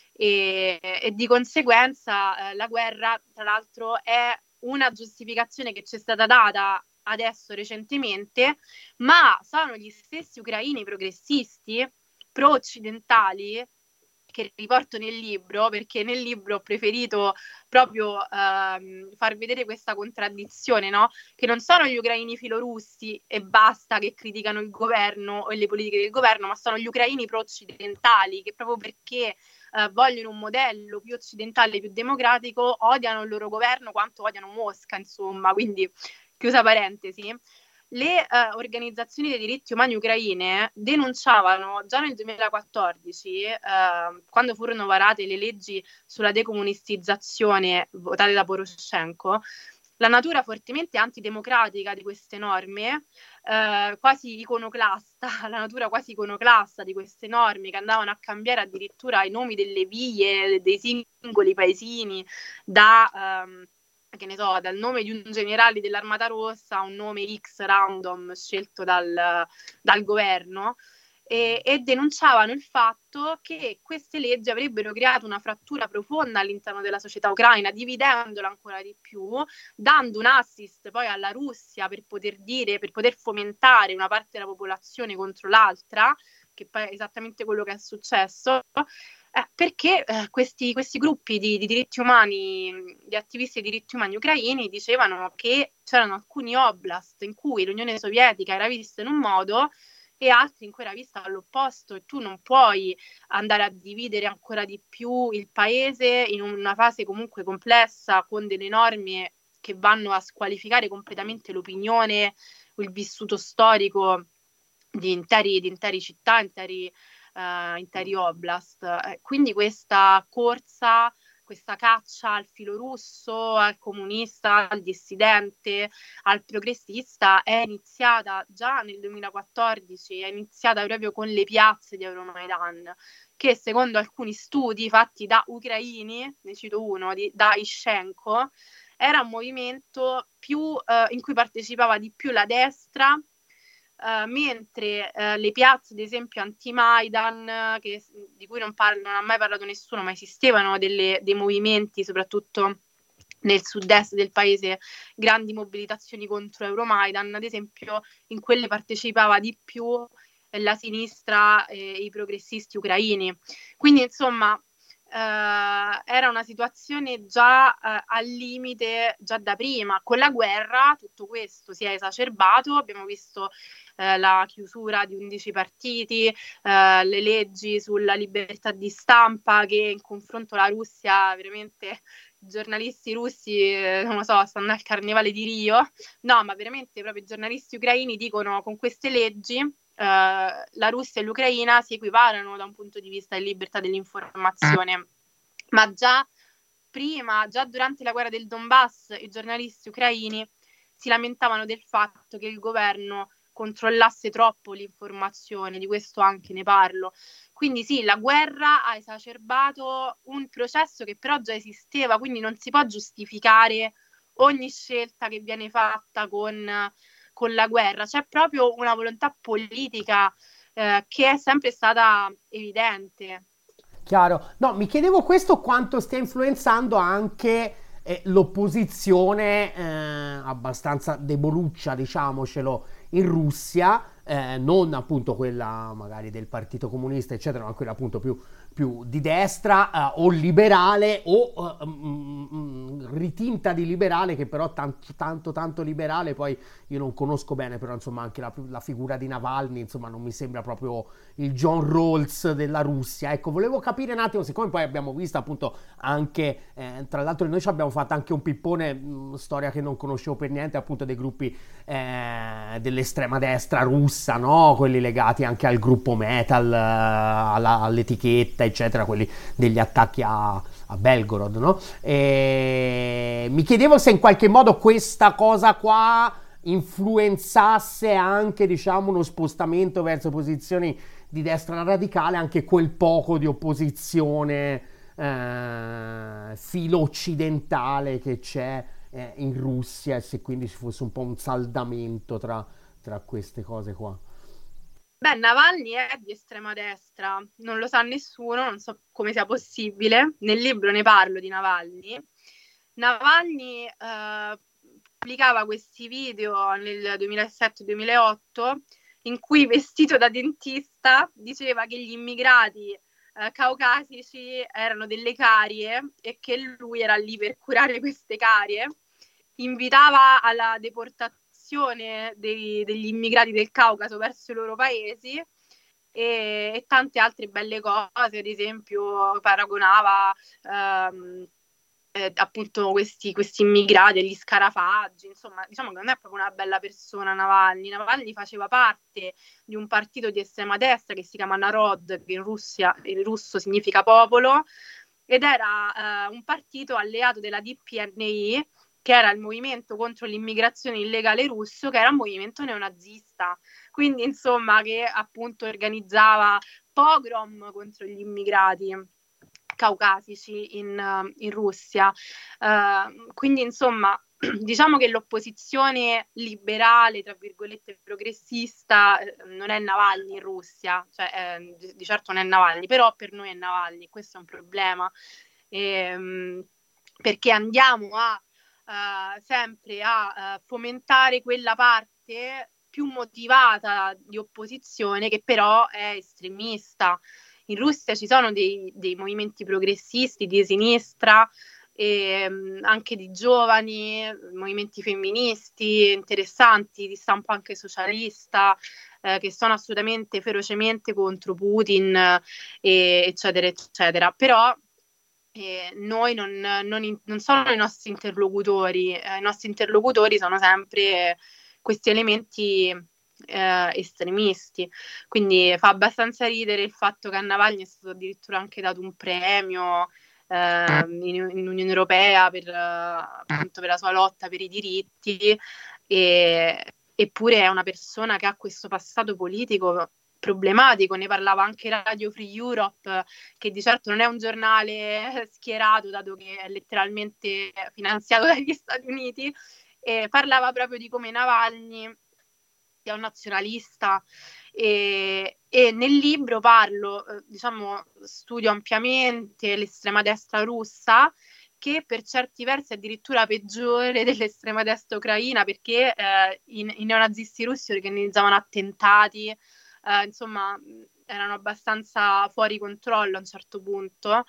E di conseguenza la guerra, tra l'altro, è una giustificazione che ci è stata data adesso recentemente, ma sono gli stessi ucraini progressisti pro-occidentali che riporto nel libro, perché nel libro ho preferito proprio far vedere questa contraddizione, no? Che non sono gli ucraini filorussi e basta che criticano il governo e le politiche del governo, ma sono gli ucraini pro-occidentali che, proprio perché vogliono un modello più occidentale, più democratico, odiano il loro governo quanto odiano Mosca, insomma. Quindi, chiusa parentesi. Le organizzazioni dei diritti umani ucraine denunciavano già nel 2014, quando furono varate le leggi sulla decomunistizzazione votate da Poroshenko, la natura fortemente antidemocratica di queste norme, quasi iconoclasta, la natura quasi iconoclasta di queste norme, che andavano a cambiare addirittura i nomi delle vie, dei singoli paesini, che ne so, dal nome di un generale dell'Armata Rossa a un nome X random scelto dal governo, e denunciavano il fatto che queste leggi avrebbero creato una frattura profonda all'interno della società ucraina, dividendola ancora di più, dando un assist poi alla Russia per poter fomentare una parte della popolazione contro l'altra, che poi è esattamente quello che è successo. Perché questi gruppi di diritti umani, di attivisti dei diritti umani ucraini, dicevano che c'erano alcuni oblast in cui l'Unione Sovietica era vista in un modo e altri in cui era vista all'opposto, e tu non puoi andare a dividere ancora di più il paese in una fase comunque complessa, con delle norme che vanno a squalificare completamente l'opinione, il vissuto storico di intere città, interi interi oblast. Quindi questa corsa, questa caccia al filo russo, al comunista, al dissidente, al progressista è iniziata già nel 2014, è iniziata proprio con le piazze di Euromaidan, che secondo alcuni studi fatti da ucraini, ne cito uno, da Ishchenko, era un movimento in cui partecipava di più la destra, mentre le piazze, ad esempio anti-Maidan, di cui non ha mai parlato nessuno, ma esistevano dei movimenti, soprattutto nel sud-est del paese, grandi mobilitazioni contro Euromaidan, ad esempio in quelle partecipava di più la sinistra e i progressisti ucraini. Quindi insomma era una situazione già al limite già da prima. Con la guerra tutto questo si è esacerbato, abbiamo visto la chiusura di 11 partiti, le leggi sulla libertà di stampa, che in confronto alla Russia veramente i giornalisti russi, non lo so, stanno al carnevale di Rio. No, ma veramente proprio i giornalisti ucraini dicono con queste leggi la Russia e l'Ucraina si equiparano da un punto di vista di libertà dell'informazione, ma già prima, già durante la guerra del Donbass, i giornalisti ucraini si lamentavano del fatto che il governo controllasse troppo l'informazione, di questo anche ne parlo. Quindi sì, la guerra ha esacerbato un processo che però già esisteva, quindi non si può giustificare ogni scelta che viene fatta con la guerra. C'è proprio una volontà politica che è sempre stata evidente. Chiaro. No, mi chiedevo questo quanto stia influenzando anche l'opposizione abbastanza deboluccia, diciamocelo, in Russia, non appunto quella magari del Partito Comunista, eccetera, ma quella appunto più di destra o liberale o ritinta di liberale, che però tanto liberale, poi io non conosco bene, però insomma anche la figura di Navalny, insomma non mi sembra proprio il John Rawls della Russia. Ecco, volevo capire un attimo, siccome poi abbiamo visto appunto anche, tra l'altro noi ci abbiamo fatto anche un pippone, storia che non conoscevo per niente, appunto dei gruppi dell'estrema destra russa, no? Quelli legati anche al gruppo metal, all'etichetta, eccetera, quelli degli attacchi a Belgorod, no? E mi chiedevo se in qualche modo questa cosa qua influenzasse anche, diciamo, uno spostamento verso posizioni di destra radicale, anche quel poco di opposizione filo occidentale che c'è in Russia, e se quindi ci fosse un po' un saldamento tra queste cose qua. Beh, Navalny è di estrema destra, non lo sa nessuno, non so come sia possibile. Nel libro ne parlo di Navalny. Navalny pubblicava questi video nel 2007-2008 in cui, vestito da dentista, diceva che gli immigrati caucasici erano delle carie e che lui era lì per curare queste carie. Invitava alla deportazione degli immigrati del Caucaso verso i loro paesi e tante altre belle cose. Ad esempio paragonava appunto questi immigrati agli scarafaggi. Insomma, diciamo che non è proprio una bella persona Navalny. Navalny faceva parte di un partito di estrema destra che si chiama Narod, che in russo significa popolo, ed era un partito alleato della DPNI, che era il movimento contro l'immigrazione illegale russo, che era un movimento neonazista, quindi insomma che appunto organizzava pogrom contro gli immigrati caucasici in Russia. Quindi insomma diciamo che l'opposizione liberale, tra virgolette progressista, non è Navalny in Russia, cioè di certo non è Navalny, però per noi è Navalny, questo è un problema, perché andiamo sempre a fomentare quella parte più motivata di opposizione che però è estremista. In Russia ci sono dei movimenti progressisti di sinistra e anche di giovani, movimenti femministi interessanti, di stampo anche socialista, che sono assolutamente ferocemente contro Putin, eccetera, eccetera. Però noi non sono i nostri interlocutori sono sempre questi elementi estremisti. Quindi fa abbastanza ridere il fatto che a Navalny è stato addirittura anche dato un premio in Unione Europea per, appunto, per la sua lotta per i diritti, eppure è una persona che ha questo passato politico problematico. Ne parlava anche Radio Free Europe, che di certo non è un giornale schierato, dato che è letteralmente finanziato dagli Stati Uniti, e parlava proprio di come Navalny sia un nazionalista, e nel libro parlo, studio ampiamente l'estrema destra russa, che per certi versi è addirittura peggiore dell'estrema destra ucraina, perché i neonazisti russi organizzavano attentati, insomma erano abbastanza fuori controllo a un certo punto.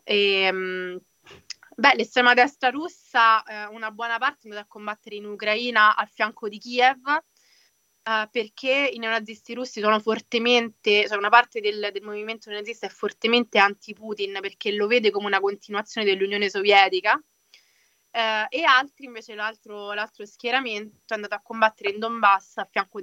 L'estrema destra russa, una buona parte è andata a combattere in Ucraina al fianco di Kiev, perché i neonazisti russi sono fortemente, cioè una parte del movimento neonazista è fortemente anti-Putin, perché lo vede come una continuazione dell'Unione Sovietica, e altri invece, l'altro schieramento è andato a combattere in Donbass a fianco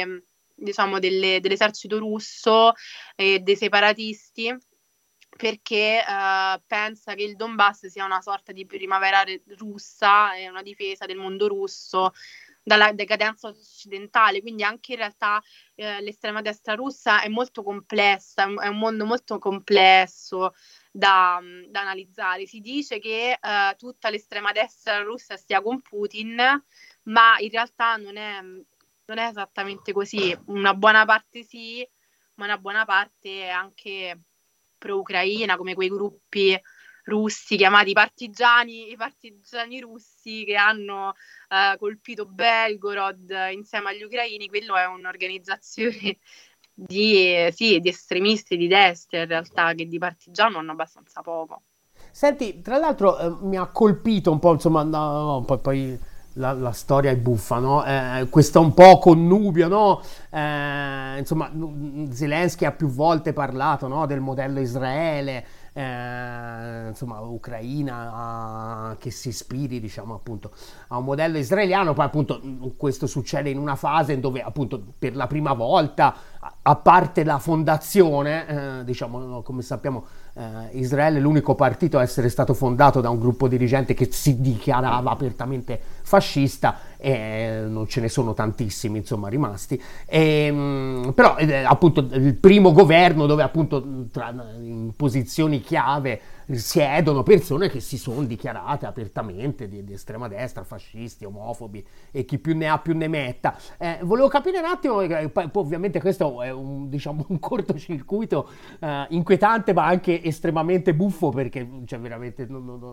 dell'esercito russo e dei separatisti, perché pensa che il Donbass sia una sorta di primavera russa e una difesa del mondo russo dalla decadenza occidentale. Quindi anche in realtà l'estrema destra russa è molto complessa, è un mondo molto complesso da analizzare. Si dice che tutta l'estrema destra russa stia con Putin, ma in realtà non è esattamente così. Una buona parte sì, ma una buona parte è anche pro-Ucraina, come quei gruppi russi chiamati partigiani, i partigiani russi che hanno colpito Belgorod insieme agli ucraini. Quello è un'organizzazione di estremisti di destra, in realtà, che di partigiano hanno abbastanza poco. Senti, tra l'altro mi ha colpito un po', insomma, no, poi la storia è buffa, no? Questo un po' connubio, no? Insomma, Zelensky ha più volte parlato, no, del modello Israele, insomma, Ucraina, che si ispiri, diciamo, appunto, a un modello israeliano. Poi appunto questo succede in una fase dove appunto per la prima volta, a parte la fondazione, diciamo, come sappiamo, Israele è l'unico partito a essere stato fondato da un gruppo dirigente che si dichiarava apertamente fascista, e non ce ne sono tantissimi, insomma, rimasti. Però appunto il primo governo dove appunto in posizioni chiave siedono persone che si sono dichiarate apertamente di estrema destra, fascisti, omofobi e chi più ne ha più ne metta. Volevo capire un attimo, poi ovviamente questo è un cortocircuito inquietante, ma anche estremamente buffo, perché cioè, veramente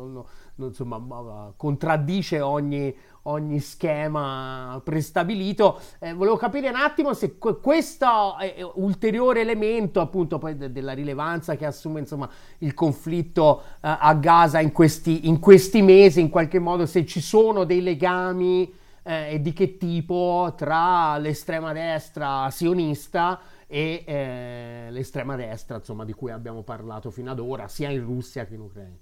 insomma, contraddice ogni schema prestabilito. Volevo capire un attimo se questo ulteriore elemento, appunto, poi della rilevanza che assume, insomma, il conflitto a Gaza in questi mesi, in qualche modo, se ci sono dei legami e di che tipo tra l'estrema destra sionista e l'estrema destra, insomma, di cui abbiamo parlato fino ad ora, sia in Russia che in Ucraina.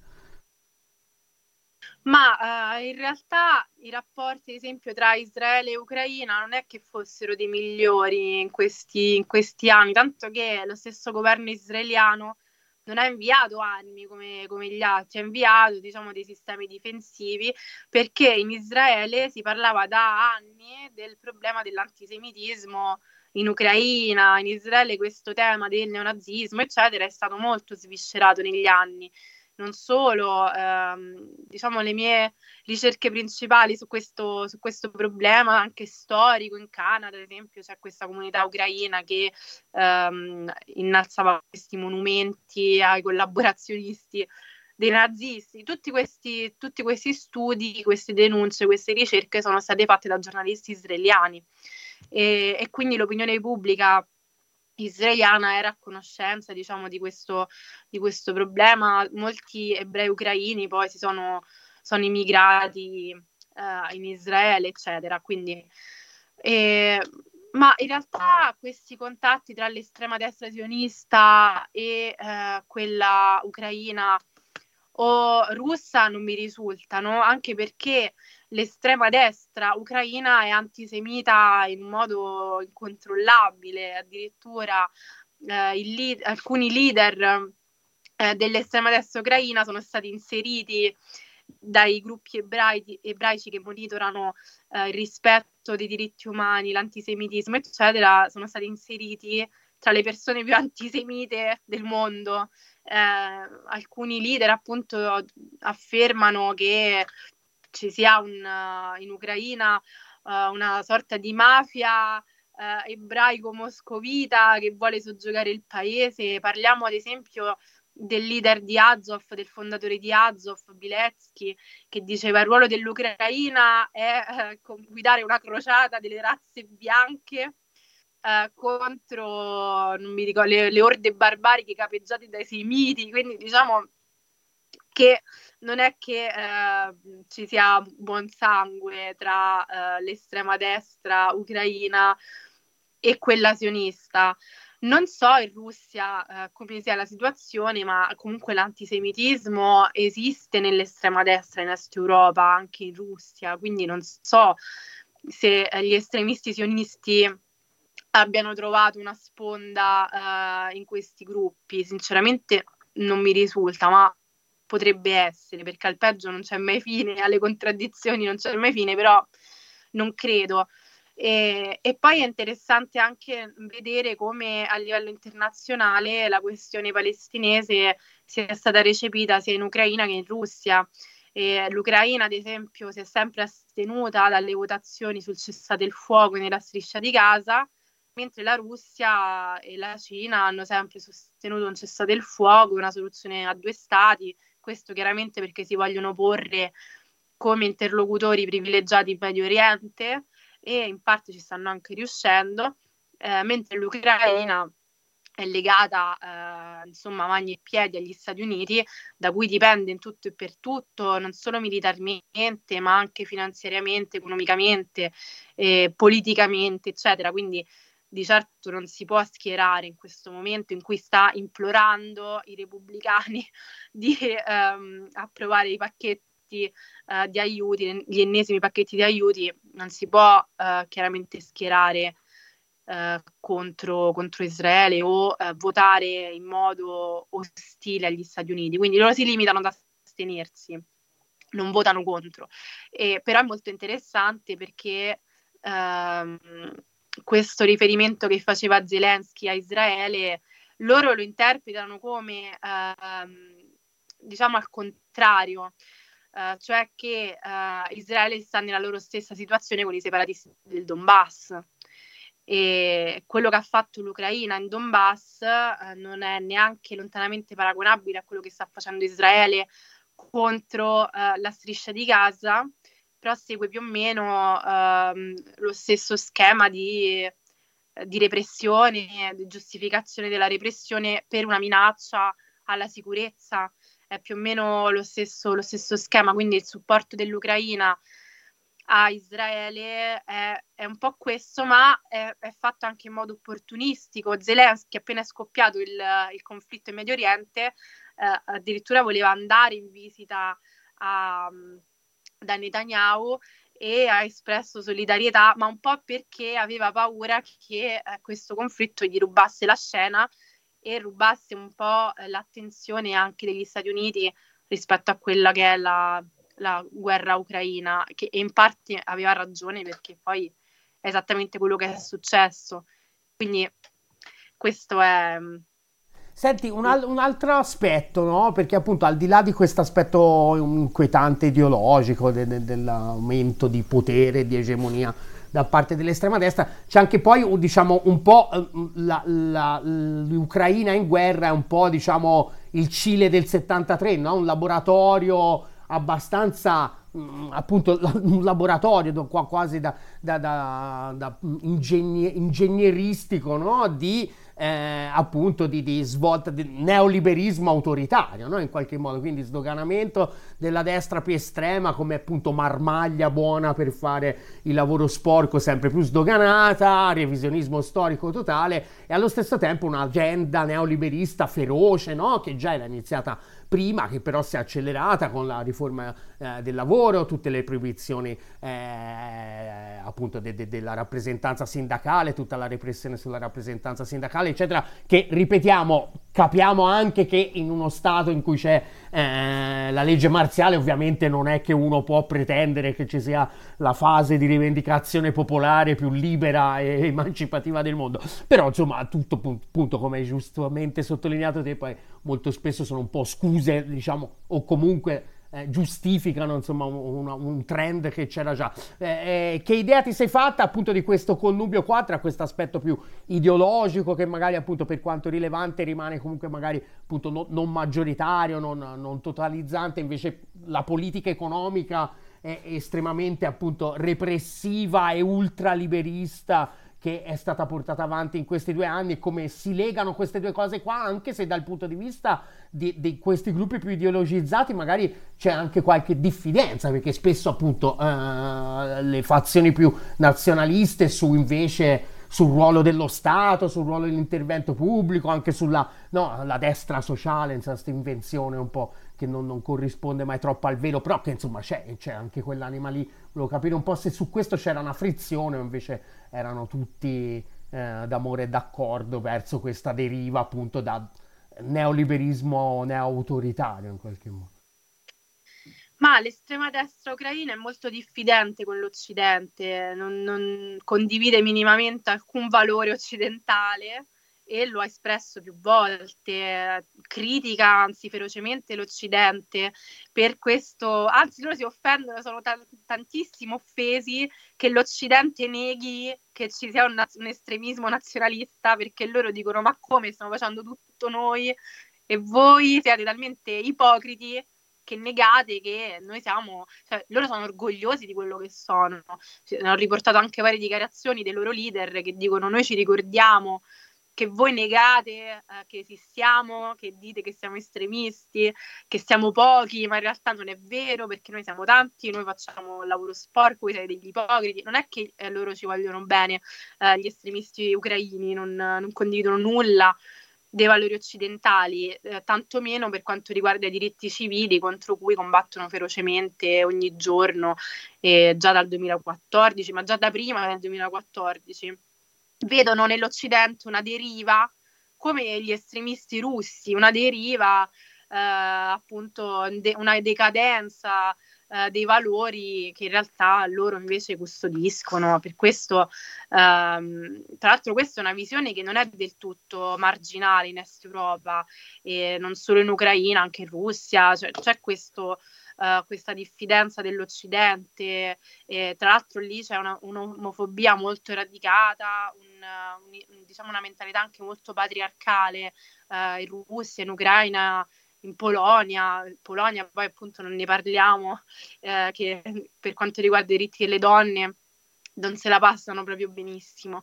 Ma in realtà i rapporti, ad esempio, tra Israele e Ucraina non è che fossero dei migliori in questi anni, tanto che lo stesso governo israeliano non ha inviato armi come gli altri, ha inviato, diciamo, dei sistemi difensivi, perché in Israele si parlava da anni del problema dell'antisemitismo in Ucraina. In Israele questo tema del neonazismo, eccetera, è stato molto sviscerato negli anni. Non solo, diciamo, le mie ricerche principali su questo problema, anche storico, in Canada, ad esempio, c'è questa comunità ucraina che innalzava questi monumenti ai collaborazionisti dei nazisti. Tutti questi studi, queste denunce, queste ricerche sono state fatte da giornalisti israeliani, e quindi l'opinione pubblica israeliana era a conoscenza, diciamo, di questo problema. Molti ebrei ucraini poi sono immigrati in Israele, eccetera. Quindi, ma in realtà questi contatti tra l'estrema destra sionista e quella ucraina o russa non mi risultano, anche perché l'estrema destra ucraina è antisemita in modo incontrollabile, addirittura alcuni leader dell'estrema destra ucraina sono stati inseriti dai gruppi ebraici che monitorano il rispetto dei diritti umani, l'antisemitismo, eccetera, sono stati inseriti tra le persone più antisemite del mondo. Alcuni leader appunto affermano che ci sia in Ucraina una sorta di mafia ebraico-moscovita che vuole soggiogare il paese. Parliamo ad esempio del leader di Azov, del fondatore di Azov, Biletsky, che diceva il ruolo dell'Ucraina è guidare una crociata delle razze bianche contro, non mi ricordo, le orde barbariche capeggiate dai semiti, quindi diciamo che non è che ci sia buon sangue tra l'estrema destra ucraina e quella sionista. Non so in Russia come sia la situazione, ma comunque l'antisemitismo esiste nell'estrema destra in Est Europa, anche in Russia, quindi non so se gli estremisti sionisti abbiano trovato una sponda in questi gruppi. Sinceramente non mi risulta, ma potrebbe essere, perché al peggio non c'è mai fine, alle contraddizioni non c'è mai fine, però non credo. E poi è interessante anche vedere come a livello internazionale la questione palestinese sia stata recepita sia in Ucraina che in Russia. L'Ucraina, ad esempio, si è sempre astenuta dalle votazioni sul cessate il fuoco nella striscia di Gaza, mentre la Russia e la Cina hanno sempre sostenuto un cessate il fuoco, una soluzione a due stati, questo chiaramente perché si vogliono porre come interlocutori privilegiati in Medio Oriente, e in parte ci stanno anche riuscendo, mentre l'Ucraina è legata insomma mani e piedi agli Stati Uniti, da cui dipende in tutto e per tutto, non solo militarmente ma anche finanziariamente, economicamente, politicamente, eccetera. Quindi di certo non si può schierare in questo momento in cui sta implorando i repubblicani di approvare i pacchetti di aiuti, gli ennesimi pacchetti di aiuti. Non si può chiaramente schierare contro Israele o votare in modo ostile agli Stati Uniti. Quindi loro si limitano ad astenersi, non votano contro. Però è molto interessante perché questo riferimento che faceva Zelensky a Israele, loro lo interpretano come diciamo al contrario, cioè che Israele sta nella loro stessa situazione con i separatisti del Donbass. E quello che ha fatto l'Ucraina in Donbass non è neanche lontanamente paragonabile a quello che sta facendo Israele contro la striscia di Gaza, però segue più o meno lo stesso schema di repressione, di giustificazione della repressione per una minaccia alla sicurezza. È più o meno lo stesso schema, quindi il supporto dell'Ucraina a Israele è un po' questo, ma è fatto anche in modo opportunistico. Zelensky, appena è scoppiato il conflitto in Medio Oriente, addirittura voleva andare in visita da Netanyahu e ha espresso solidarietà, ma un po' perché aveva paura che questo conflitto gli rubasse la scena e rubasse un po' l'attenzione anche degli Stati Uniti rispetto a quella che è la guerra ucraina, che in parte aveva ragione, perché poi è esattamente quello che è successo. Quindi questo è... Senti, un altro aspetto, no? Perché appunto al di là di questo aspetto inquietante ideologico dell'aumento di potere, di egemonia da parte dell'estrema destra, c'è anche poi, diciamo, un po' l'Ucraina in guerra è un po', diciamo, il Cile del 73, no? Un laboratorio abbastanza appunto un laboratorio quasi da ingegneristico, no? Di appunto di svolta di neoliberismo autoritario, no? In qualche modo, quindi sdoganamento della destra più estrema come appunto marmaglia buona per fare il lavoro sporco sempre più sdoganata, revisionismo storico totale e allo stesso tempo un'agenda neoliberista feroce, no? Che già era iniziata prima, che però si è accelerata con la riforma del lavoro, tutte le proibizioni appunto della rappresentanza sindacale, tutta la repressione sulla rappresentanza sindacale, eccetera, che ripetiamo, capiamo anche che in uno stato in cui c'è la legge marziale ovviamente non è che uno può pretendere che ci sia la fase di rivendicazione popolare più libera e emancipativa del mondo, però insomma tutto appunto come hai giustamente sottolineato te, poi molto spesso sono un po' scuse, diciamo, o comunque giustificano insomma un trend che c'era già. Che idea ti sei fatta appunto di questo connubio qua tra questo aspetto più ideologico che magari appunto per quanto rilevante rimane comunque magari appunto non maggioritario, non totalizzante, invece la politica economica è estremamente appunto repressiva e ultraliberista che è stata portata avanti in questi 2 anni, e come si legano queste due cose qua, anche se dal punto di vista di questi gruppi più ideologizzati magari c'è anche qualche diffidenza, perché spesso appunto le fazioni più nazionaliste sul ruolo dello Stato, sul ruolo dell'intervento pubblico, anche sulla la destra sociale, insomma, questa invenzione un po' che non corrisponde mai troppo al vero, però che insomma c'è anche quell'anima lì. Volevo capire un po' se su questo c'era una frizione o invece erano tutti d'amore e d'accordo verso questa deriva appunto da neoliberismo neo-autoritario in qualche modo. Ma l'estrema destra ucraina è molto diffidente con l'Occidente, non condivide minimamente alcun valore occidentale e lo ha espresso più volte, critica anzi ferocemente l'Occidente per questo, anzi loro si offendono, sono tantissimo offesi che l'Occidente neghi che ci sia un estremismo nazionalista, perché loro dicono ma come stiamo facendo tutto noi e voi siete talmente ipocriti che negate che noi siamo, cioè loro sono orgogliosi di quello che sono. Ho riportato anche varie dichiarazioni dei loro leader che dicono noi ci ricordiamo che voi negate che esistiamo, che dite che siamo estremisti, che siamo pochi, ma in realtà non è vero perché noi siamo tanti, noi facciamo il lavoro sporco, voi siete degli ipocriti. Non è che loro ci vogliono bene, gli estremisti ucraini non condividono nulla dei valori occidentali, tantomeno per quanto riguarda i diritti civili contro cui combattono ferocemente ogni giorno, già dal 2014, ma già da prima del 2014. Vedono nell'Occidente una deriva, come gli estremisti russi, una deriva, appunto, una decadenza dei valori che in realtà loro invece custodiscono. Per questo, tra l'altro, questa è una visione che non è del tutto marginale in Est Europa, e non solo in Ucraina, anche in Russia, cioè, c'è questa diffidenza dell'Occidente, tra l'altro lì c'è un'omofobia molto radicata, diciamo una mentalità anche molto patriarcale in Russia, in Ucraina, in Polonia poi appunto non ne parliamo, che per quanto riguarda i diritti delle donne non se la passano proprio benissimo,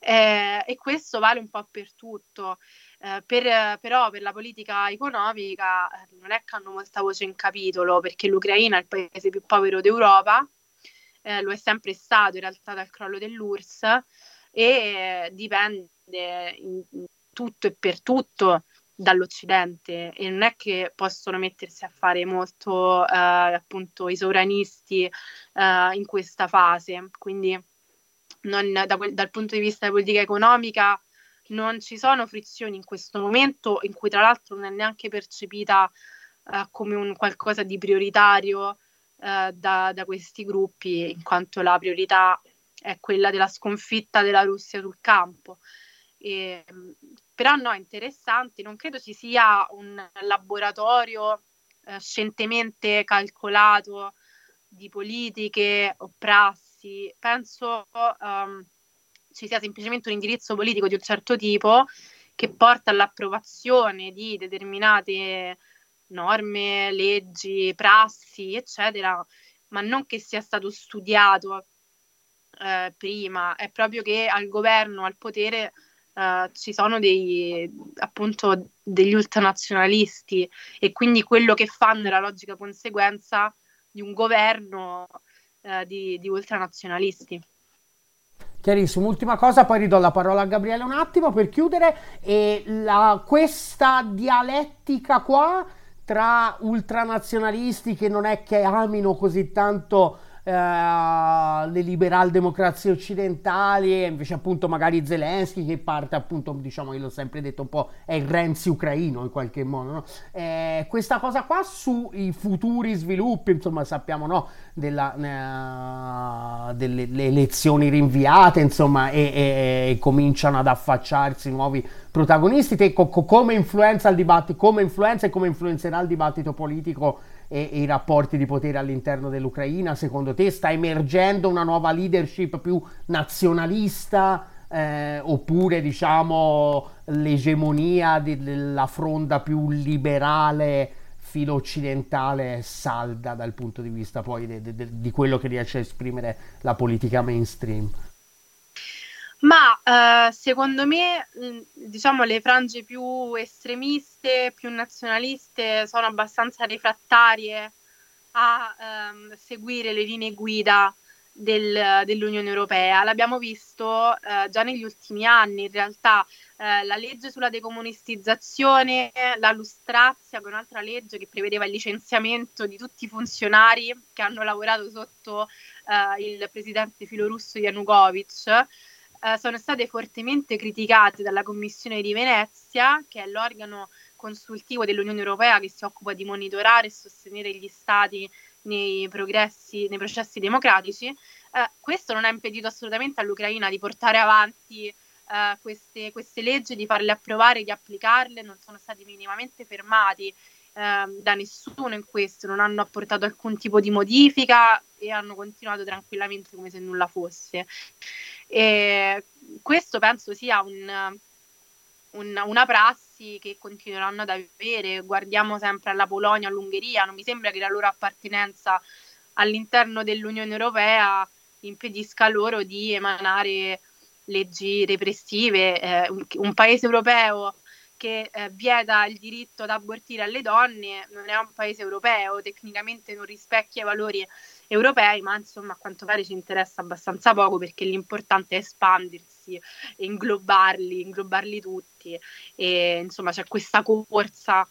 e questo vale un po' per tutto, però per la politica economica non è che hanno molta voce in capitolo, perché l'Ucraina è il paese più povero d'Europa, lo è sempre stato in realtà dal crollo dell'URSS, e dipende in tutto e per tutto dall'Occidente, e non è che possono mettersi a fare molto appunto i sovranisti in questa fase, quindi dal punto di vista della politica economica non ci sono frizioni in questo momento, in cui tra l'altro non è neanche percepita come un qualcosa di prioritario da questi gruppi, in quanto la priorità è quella della sconfitta della Russia sul campo. Però no, è interessante, non credo ci sia un laboratorio scientemente calcolato di politiche o prassi, penso ci sia semplicemente un indirizzo politico di un certo tipo che porta all'approvazione di determinate norme, leggi, prassi, eccetera, ma non che sia stato studiato prima, è proprio che al governo, al potere, ci sono appunto degli ultranazionalisti, e quindi quello che fanno è la logica conseguenza di un governo di ultranazionalisti. Chiarissimo, ultima cosa, poi ridò la parola a Gabriele un attimo per chiudere. Questa dialettica qua tra ultranazionalisti che non è che amino così tanto le liberal democrazie occidentali, e invece appunto magari Zelensky che parte appunto, diciamo, io l'ho sempre detto un po', è il Renzi ucraino in qualche modo, no? Questa cosa qua sui futuri sviluppi, insomma sappiamo, no, delle elezioni rinviate, insomma, e cominciano ad affacciarsi nuovi protagonisti. Te come influenza il dibattito, come influenza e come influenzerà il dibattito politico e i rapporti di potere all'interno dell'Ucraina? Secondo te sta emergendo una nuova leadership più nazionalista, oppure diciamo l'egemonia della fronda più liberale filo occidentale salda dal punto di vista poi di quello che riesce a esprimere la politica mainstream? Ma secondo me, diciamo, le frange più estremiste, più nazionaliste sono abbastanza refrattarie a seguire le linee guida dell'Unione Europea. L'abbiamo visto già negli ultimi anni, in realtà. La legge sulla decomunistizzazione, la Lustrazia, che è un'altra legge che prevedeva il licenziamento di tutti i funzionari che hanno lavorato sotto il presidente filorusso Yanukovych, sono state fortemente criticate dalla Commissione di Venezia, che è l'organo consultivo dell'Unione Europea che si occupa di monitorare e sostenere gli stati nei processi democratici. Questo non ha impedito assolutamente all'Ucraina di portare avanti queste leggi, di farle approvare, di applicarle. Non sono stati minimamente fermati da nessuno in questo, non hanno apportato alcun tipo di modifica e hanno continuato tranquillamente come se nulla fosse. E questo penso sia una prassi che continueranno ad avere. Guardiamo sempre alla Polonia, all'Ungheria, non mi sembra che la loro appartenenza all'interno dell'Unione Europea impedisca loro di emanare leggi repressive. Un paese europeo che vieta il diritto ad abortire alle donne non è un paese europeo, tecnicamente non rispecchia i valori europei, ma insomma a quanto pare ci interessa abbastanza poco, perché l'importante è espandersi e inglobarli tutti, e insomma c'è questa corsa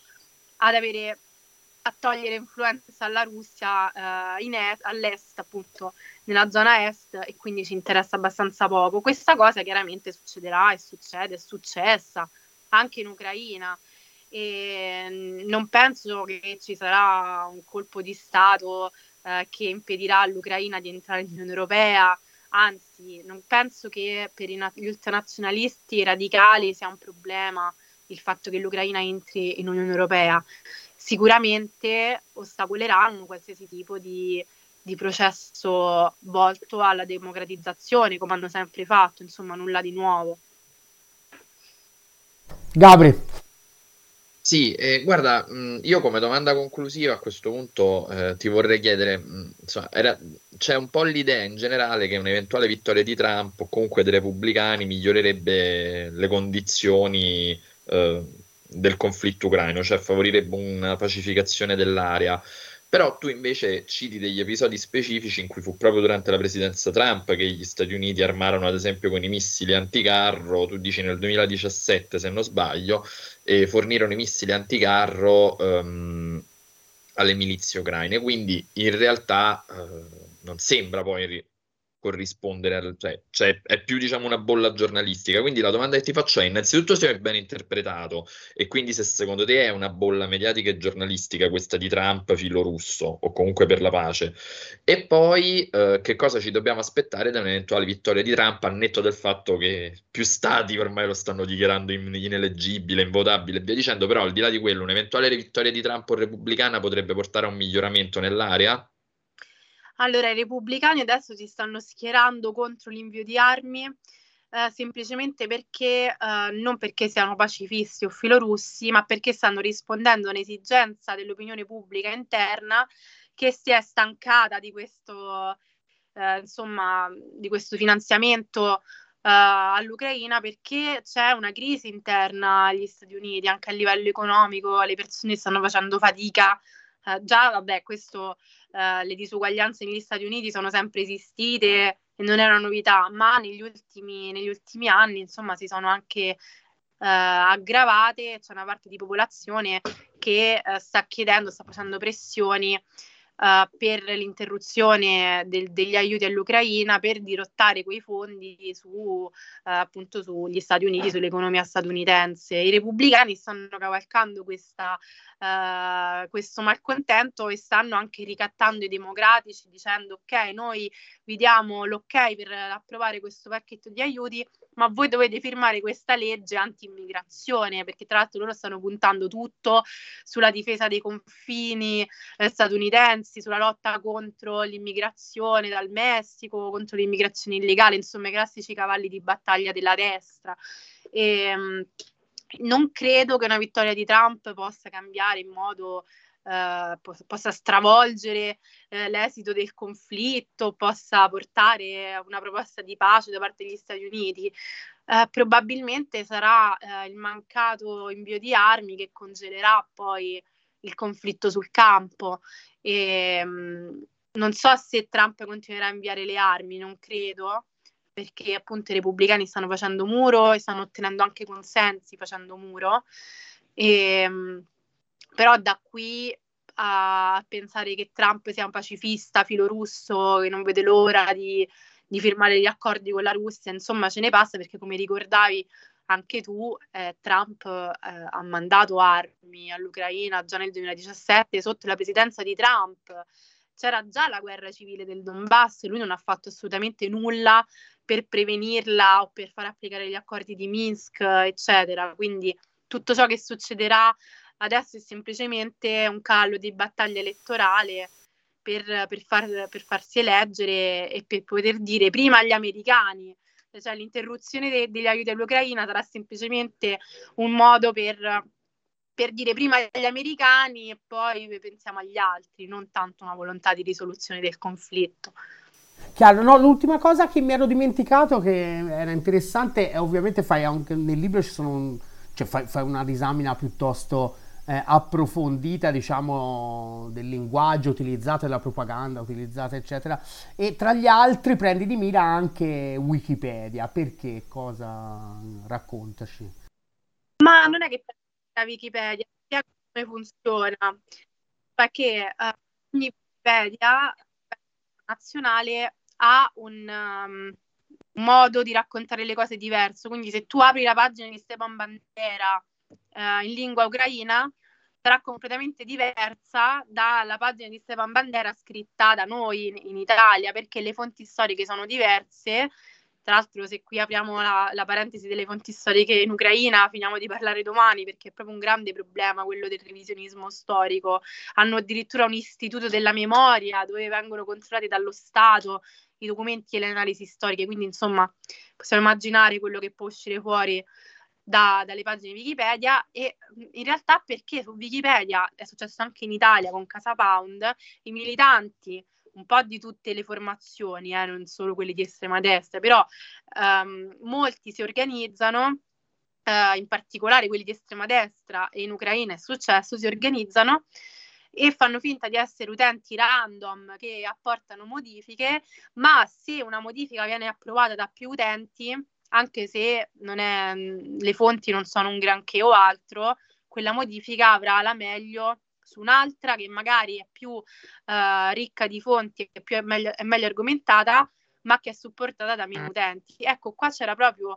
a togliere influenza alla Russia all'est, appunto nella zona est, e quindi ci interessa abbastanza poco. Questa cosa chiaramente succederà, è successa anche in Ucraina, e non penso che ci sarà un colpo di stato che impedirà all'Ucraina di entrare nell'Unione Europea. Anzi, non penso che per gli ultranazionalisti radicali sia un problema il fatto che l'Ucraina entri in Unione Europea. Sicuramente ostacoleranno qualsiasi tipo di processo volto alla democratizzazione, come hanno sempre fatto, insomma nulla di nuovo. Gabri. Sì, guarda, io come domanda conclusiva a questo punto ti vorrei chiedere, insomma, c'è un po' l'idea in generale che un'eventuale vittoria di Trump o comunque dei repubblicani migliorerebbe le condizioni del conflitto ucraino, cioè favorirebbe una pacificazione dell'area. Però tu invece citi degli episodi specifici in cui fu proprio durante la presidenza Trump che gli Stati Uniti armarono ad esempio con i missili anticarro, tu dici nel 2017 se non sbaglio, e fornirono i missili anticarro alle milizie ucraine. Quindi in realtà non sembra poi corrispondere cioè è più diciamo una bolla giornalistica. Quindi la domanda che ti faccio è innanzitutto se è ben interpretato e quindi se secondo te è una bolla mediatica e giornalistica questa di Trump filo russo o comunque per la pace, e poi che cosa ci dobbiamo aspettare da un'eventuale vittoria di Trump, al netto del fatto che più stati ormai lo stanno dichiarando ineleggibile, invotabile e via dicendo. Però al di là di quello un'eventuale vittoria di Trump o repubblicana potrebbe portare a un miglioramento nell'area? Allora, i repubblicani adesso si stanno schierando contro l'invio di armi, semplicemente perché, non perché siano pacifisti o filorussi, ma perché stanno rispondendo a un'esigenza dell'opinione pubblica interna che si è stancata di questo finanziamento all'Ucraina, perché c'è una crisi interna agli Stati Uniti, anche a livello economico, le persone stanno facendo fatica. Già, vabbè, le disuguaglianze negli Stati Uniti sono sempre esistite e non è una novità, ma negli ultimi anni, insomma, si sono anche aggravate. C'è una parte di popolazione che sta facendo pressioni per l'interruzione degli aiuti all'Ucraina, per dirottare quei fondi appunto sugli Stati Uniti, sull'economia statunitense. I repubblicani stanno cavalcando questo malcontento e stanno anche ricattando i democratici, dicendo: ok, noi vi diamo l'ok per approvare questo pacchetto di aiuti, ma voi dovete firmare questa legge anti-immigrazione, perché tra l'altro loro stanno puntando tutto sulla difesa dei confini statunitensi, sulla lotta contro l'immigrazione dal Messico, contro l'immigrazione illegale, insomma i classici cavalli di battaglia della destra. Non credo che una vittoria di Trump possa cambiare in modo possa stravolgere l'esito del conflitto, possa portare a una proposta di pace da parte degli Stati Uniti. Probabilmente sarà il mancato invio di armi che congelerà poi il conflitto sul campo. Non so se Trump continuerà a inviare le armi, non credo, perché appunto i repubblicani stanno facendo muro e stanno ottenendo anche consensi facendo muro. Però da qui a pensare che Trump sia un pacifista filorusso che non vede l'ora di firmare gli accordi con la Russia, insomma ce ne passa, perché come ricordavi anche tu, Trump ha mandato armi all'Ucraina già nel 2017 sotto la presidenza di Trump. C'era già la guerra civile del Donbass e lui non ha fatto assolutamente nulla per prevenirla o per far applicare gli accordi di Minsk, eccetera. Quindi tutto ciò che succederà adesso è semplicemente un cavallo di battaglia elettorale per farsi eleggere e per poter dire prima agli americani. Cioè l'interruzione degli aiuti all'Ucraina sarà semplicemente un modo per dire prima agli americani e poi pensiamo agli altri, non tanto una volontà di risoluzione del conflitto. Chiaro, no, l'ultima cosa che mi ero dimenticato che era interessante è ovviamente fai anche nel libro fai una disamina piuttosto approfondita, diciamo, del linguaggio utilizzato, della propaganda utilizzata, eccetera. E tra gli altri prendi di mira anche Wikipedia. Perché? Cosa raccontaci? Ma non è che la Wikipedia spiega come funziona, perché ogni Wikipedia nazionale ha un modo di raccontare le cose diverso. Quindi se tu apri la pagina di Stepan Bandera in lingua ucraina, sarà completamente diversa dalla pagina di Stepan Bandera scritta da noi in Italia, perché le fonti storiche sono diverse. Tra l'altro, se qui apriamo la parentesi delle fonti storiche in Ucraina, finiamo di parlare domani, perché è proprio un grande problema quello del revisionismo storico. Hanno addirittura un istituto della memoria dove vengono controllati dallo Stato i documenti e le analisi storiche, quindi insomma possiamo immaginare quello che può uscire fuori dalle pagine di Wikipedia. E in realtà, perché su Wikipedia, è successo anche in Italia con Casa Pound, i militanti un po' di tutte le formazioni, non solo quelli di estrema destra, però molti si organizzano, in particolare quelli di estrema destra, e in Ucraina è successo, si organizzano e fanno finta di essere utenti random che apportano modifiche, ma se una modifica viene approvata da più utenti, anche se le fonti non sono un granché o altro, quella modifica avrà la meglio su un'altra che magari è più ricca di fonti e è meglio argomentata, ma che è supportata da meno utenti. Ecco, qua c'era proprio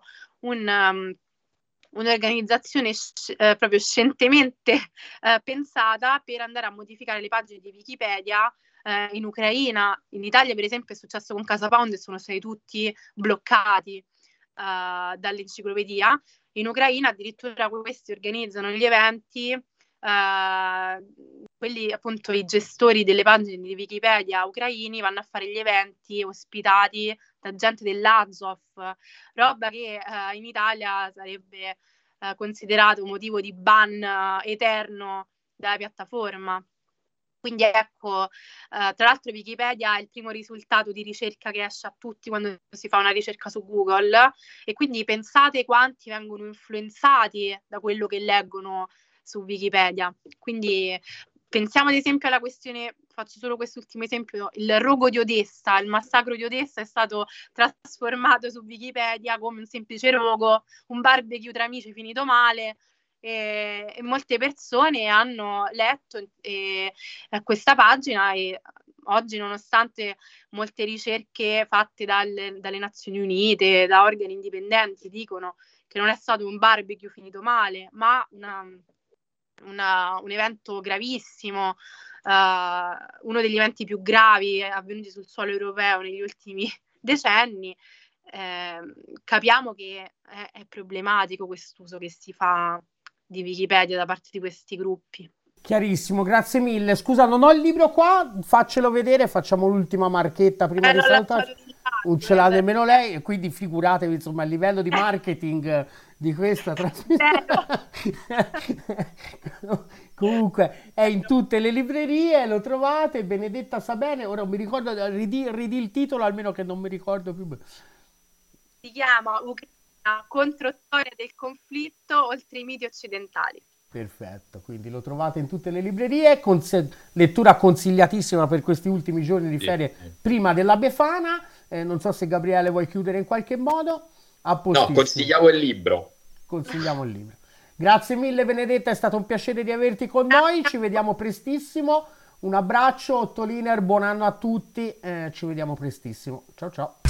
un'organizzazione proprio scientemente pensata per andare a modificare le pagine di Wikipedia in Ucraina. In Italia, per esempio, è successo con Casa Pound e sono stati tutti bloccati dall'enciclopedia. In Ucraina addirittura questi organizzano gli eventi, quelli appunto i gestori delle pagine di Wikipedia ucraini vanno a fare gli eventi ospitati da gente dell'Azov, roba che in Italia sarebbe considerato un motivo di ban eterno dalla piattaforma. Quindi ecco, tra l'altro Wikipedia è il primo risultato di ricerca che esce a tutti quando si fa una ricerca su Google, e quindi pensate quanti vengono influenzati da quello che leggono su Wikipedia. Quindi pensiamo ad esempio alla questione, faccio solo quest'ultimo esempio, il rogo di Odessa, il massacro di Odessa è stato trasformato su Wikipedia come un semplice rogo, un barbecue tra amici finito male, e molte persone hanno letto questa pagina, e oggi, nonostante molte ricerche fatte dalle Nazioni Unite, da organi indipendenti, dicono che non è stato un barbecue finito male, ma un evento gravissimo, uno degli eventi più gravi avvenuti sul suolo europeo negli ultimi decenni, capiamo che è problematico quest'uso che si fa di Wikipedia da parte di questi gruppi. Chiarissimo, grazie mille. Scusa, non ho il libro qua, faccelo vedere, facciamo l'ultima marchetta prima di salutare. Non ce l'ha nemmeno lei, e quindi figuratevi, insomma, il livello di marketing di questa trasmissione. Comunque è in tutte le librerie, lo trovate, Benedetta Sabene. Ora non mi ricordo, ridi il titolo, almeno che non mi ricordo più. Si chiama Ucraina, controstoria del conflitto oltre i miti occidentali. Perfetto, quindi lo trovate in tutte le librerie, lettura consigliatissima per questi ultimi giorni di ferie prima della Befana. Non so se Gabriele vuoi chiudere in qualche modo. No, consigliamo il libro. Consigliamo il libro. Grazie mille Benedetta, è stato un piacere di averti con noi, ci vediamo prestissimo. Un abbraccio, Ottoliner, buon anno a tutti, ci vediamo prestissimo. Ciao ciao.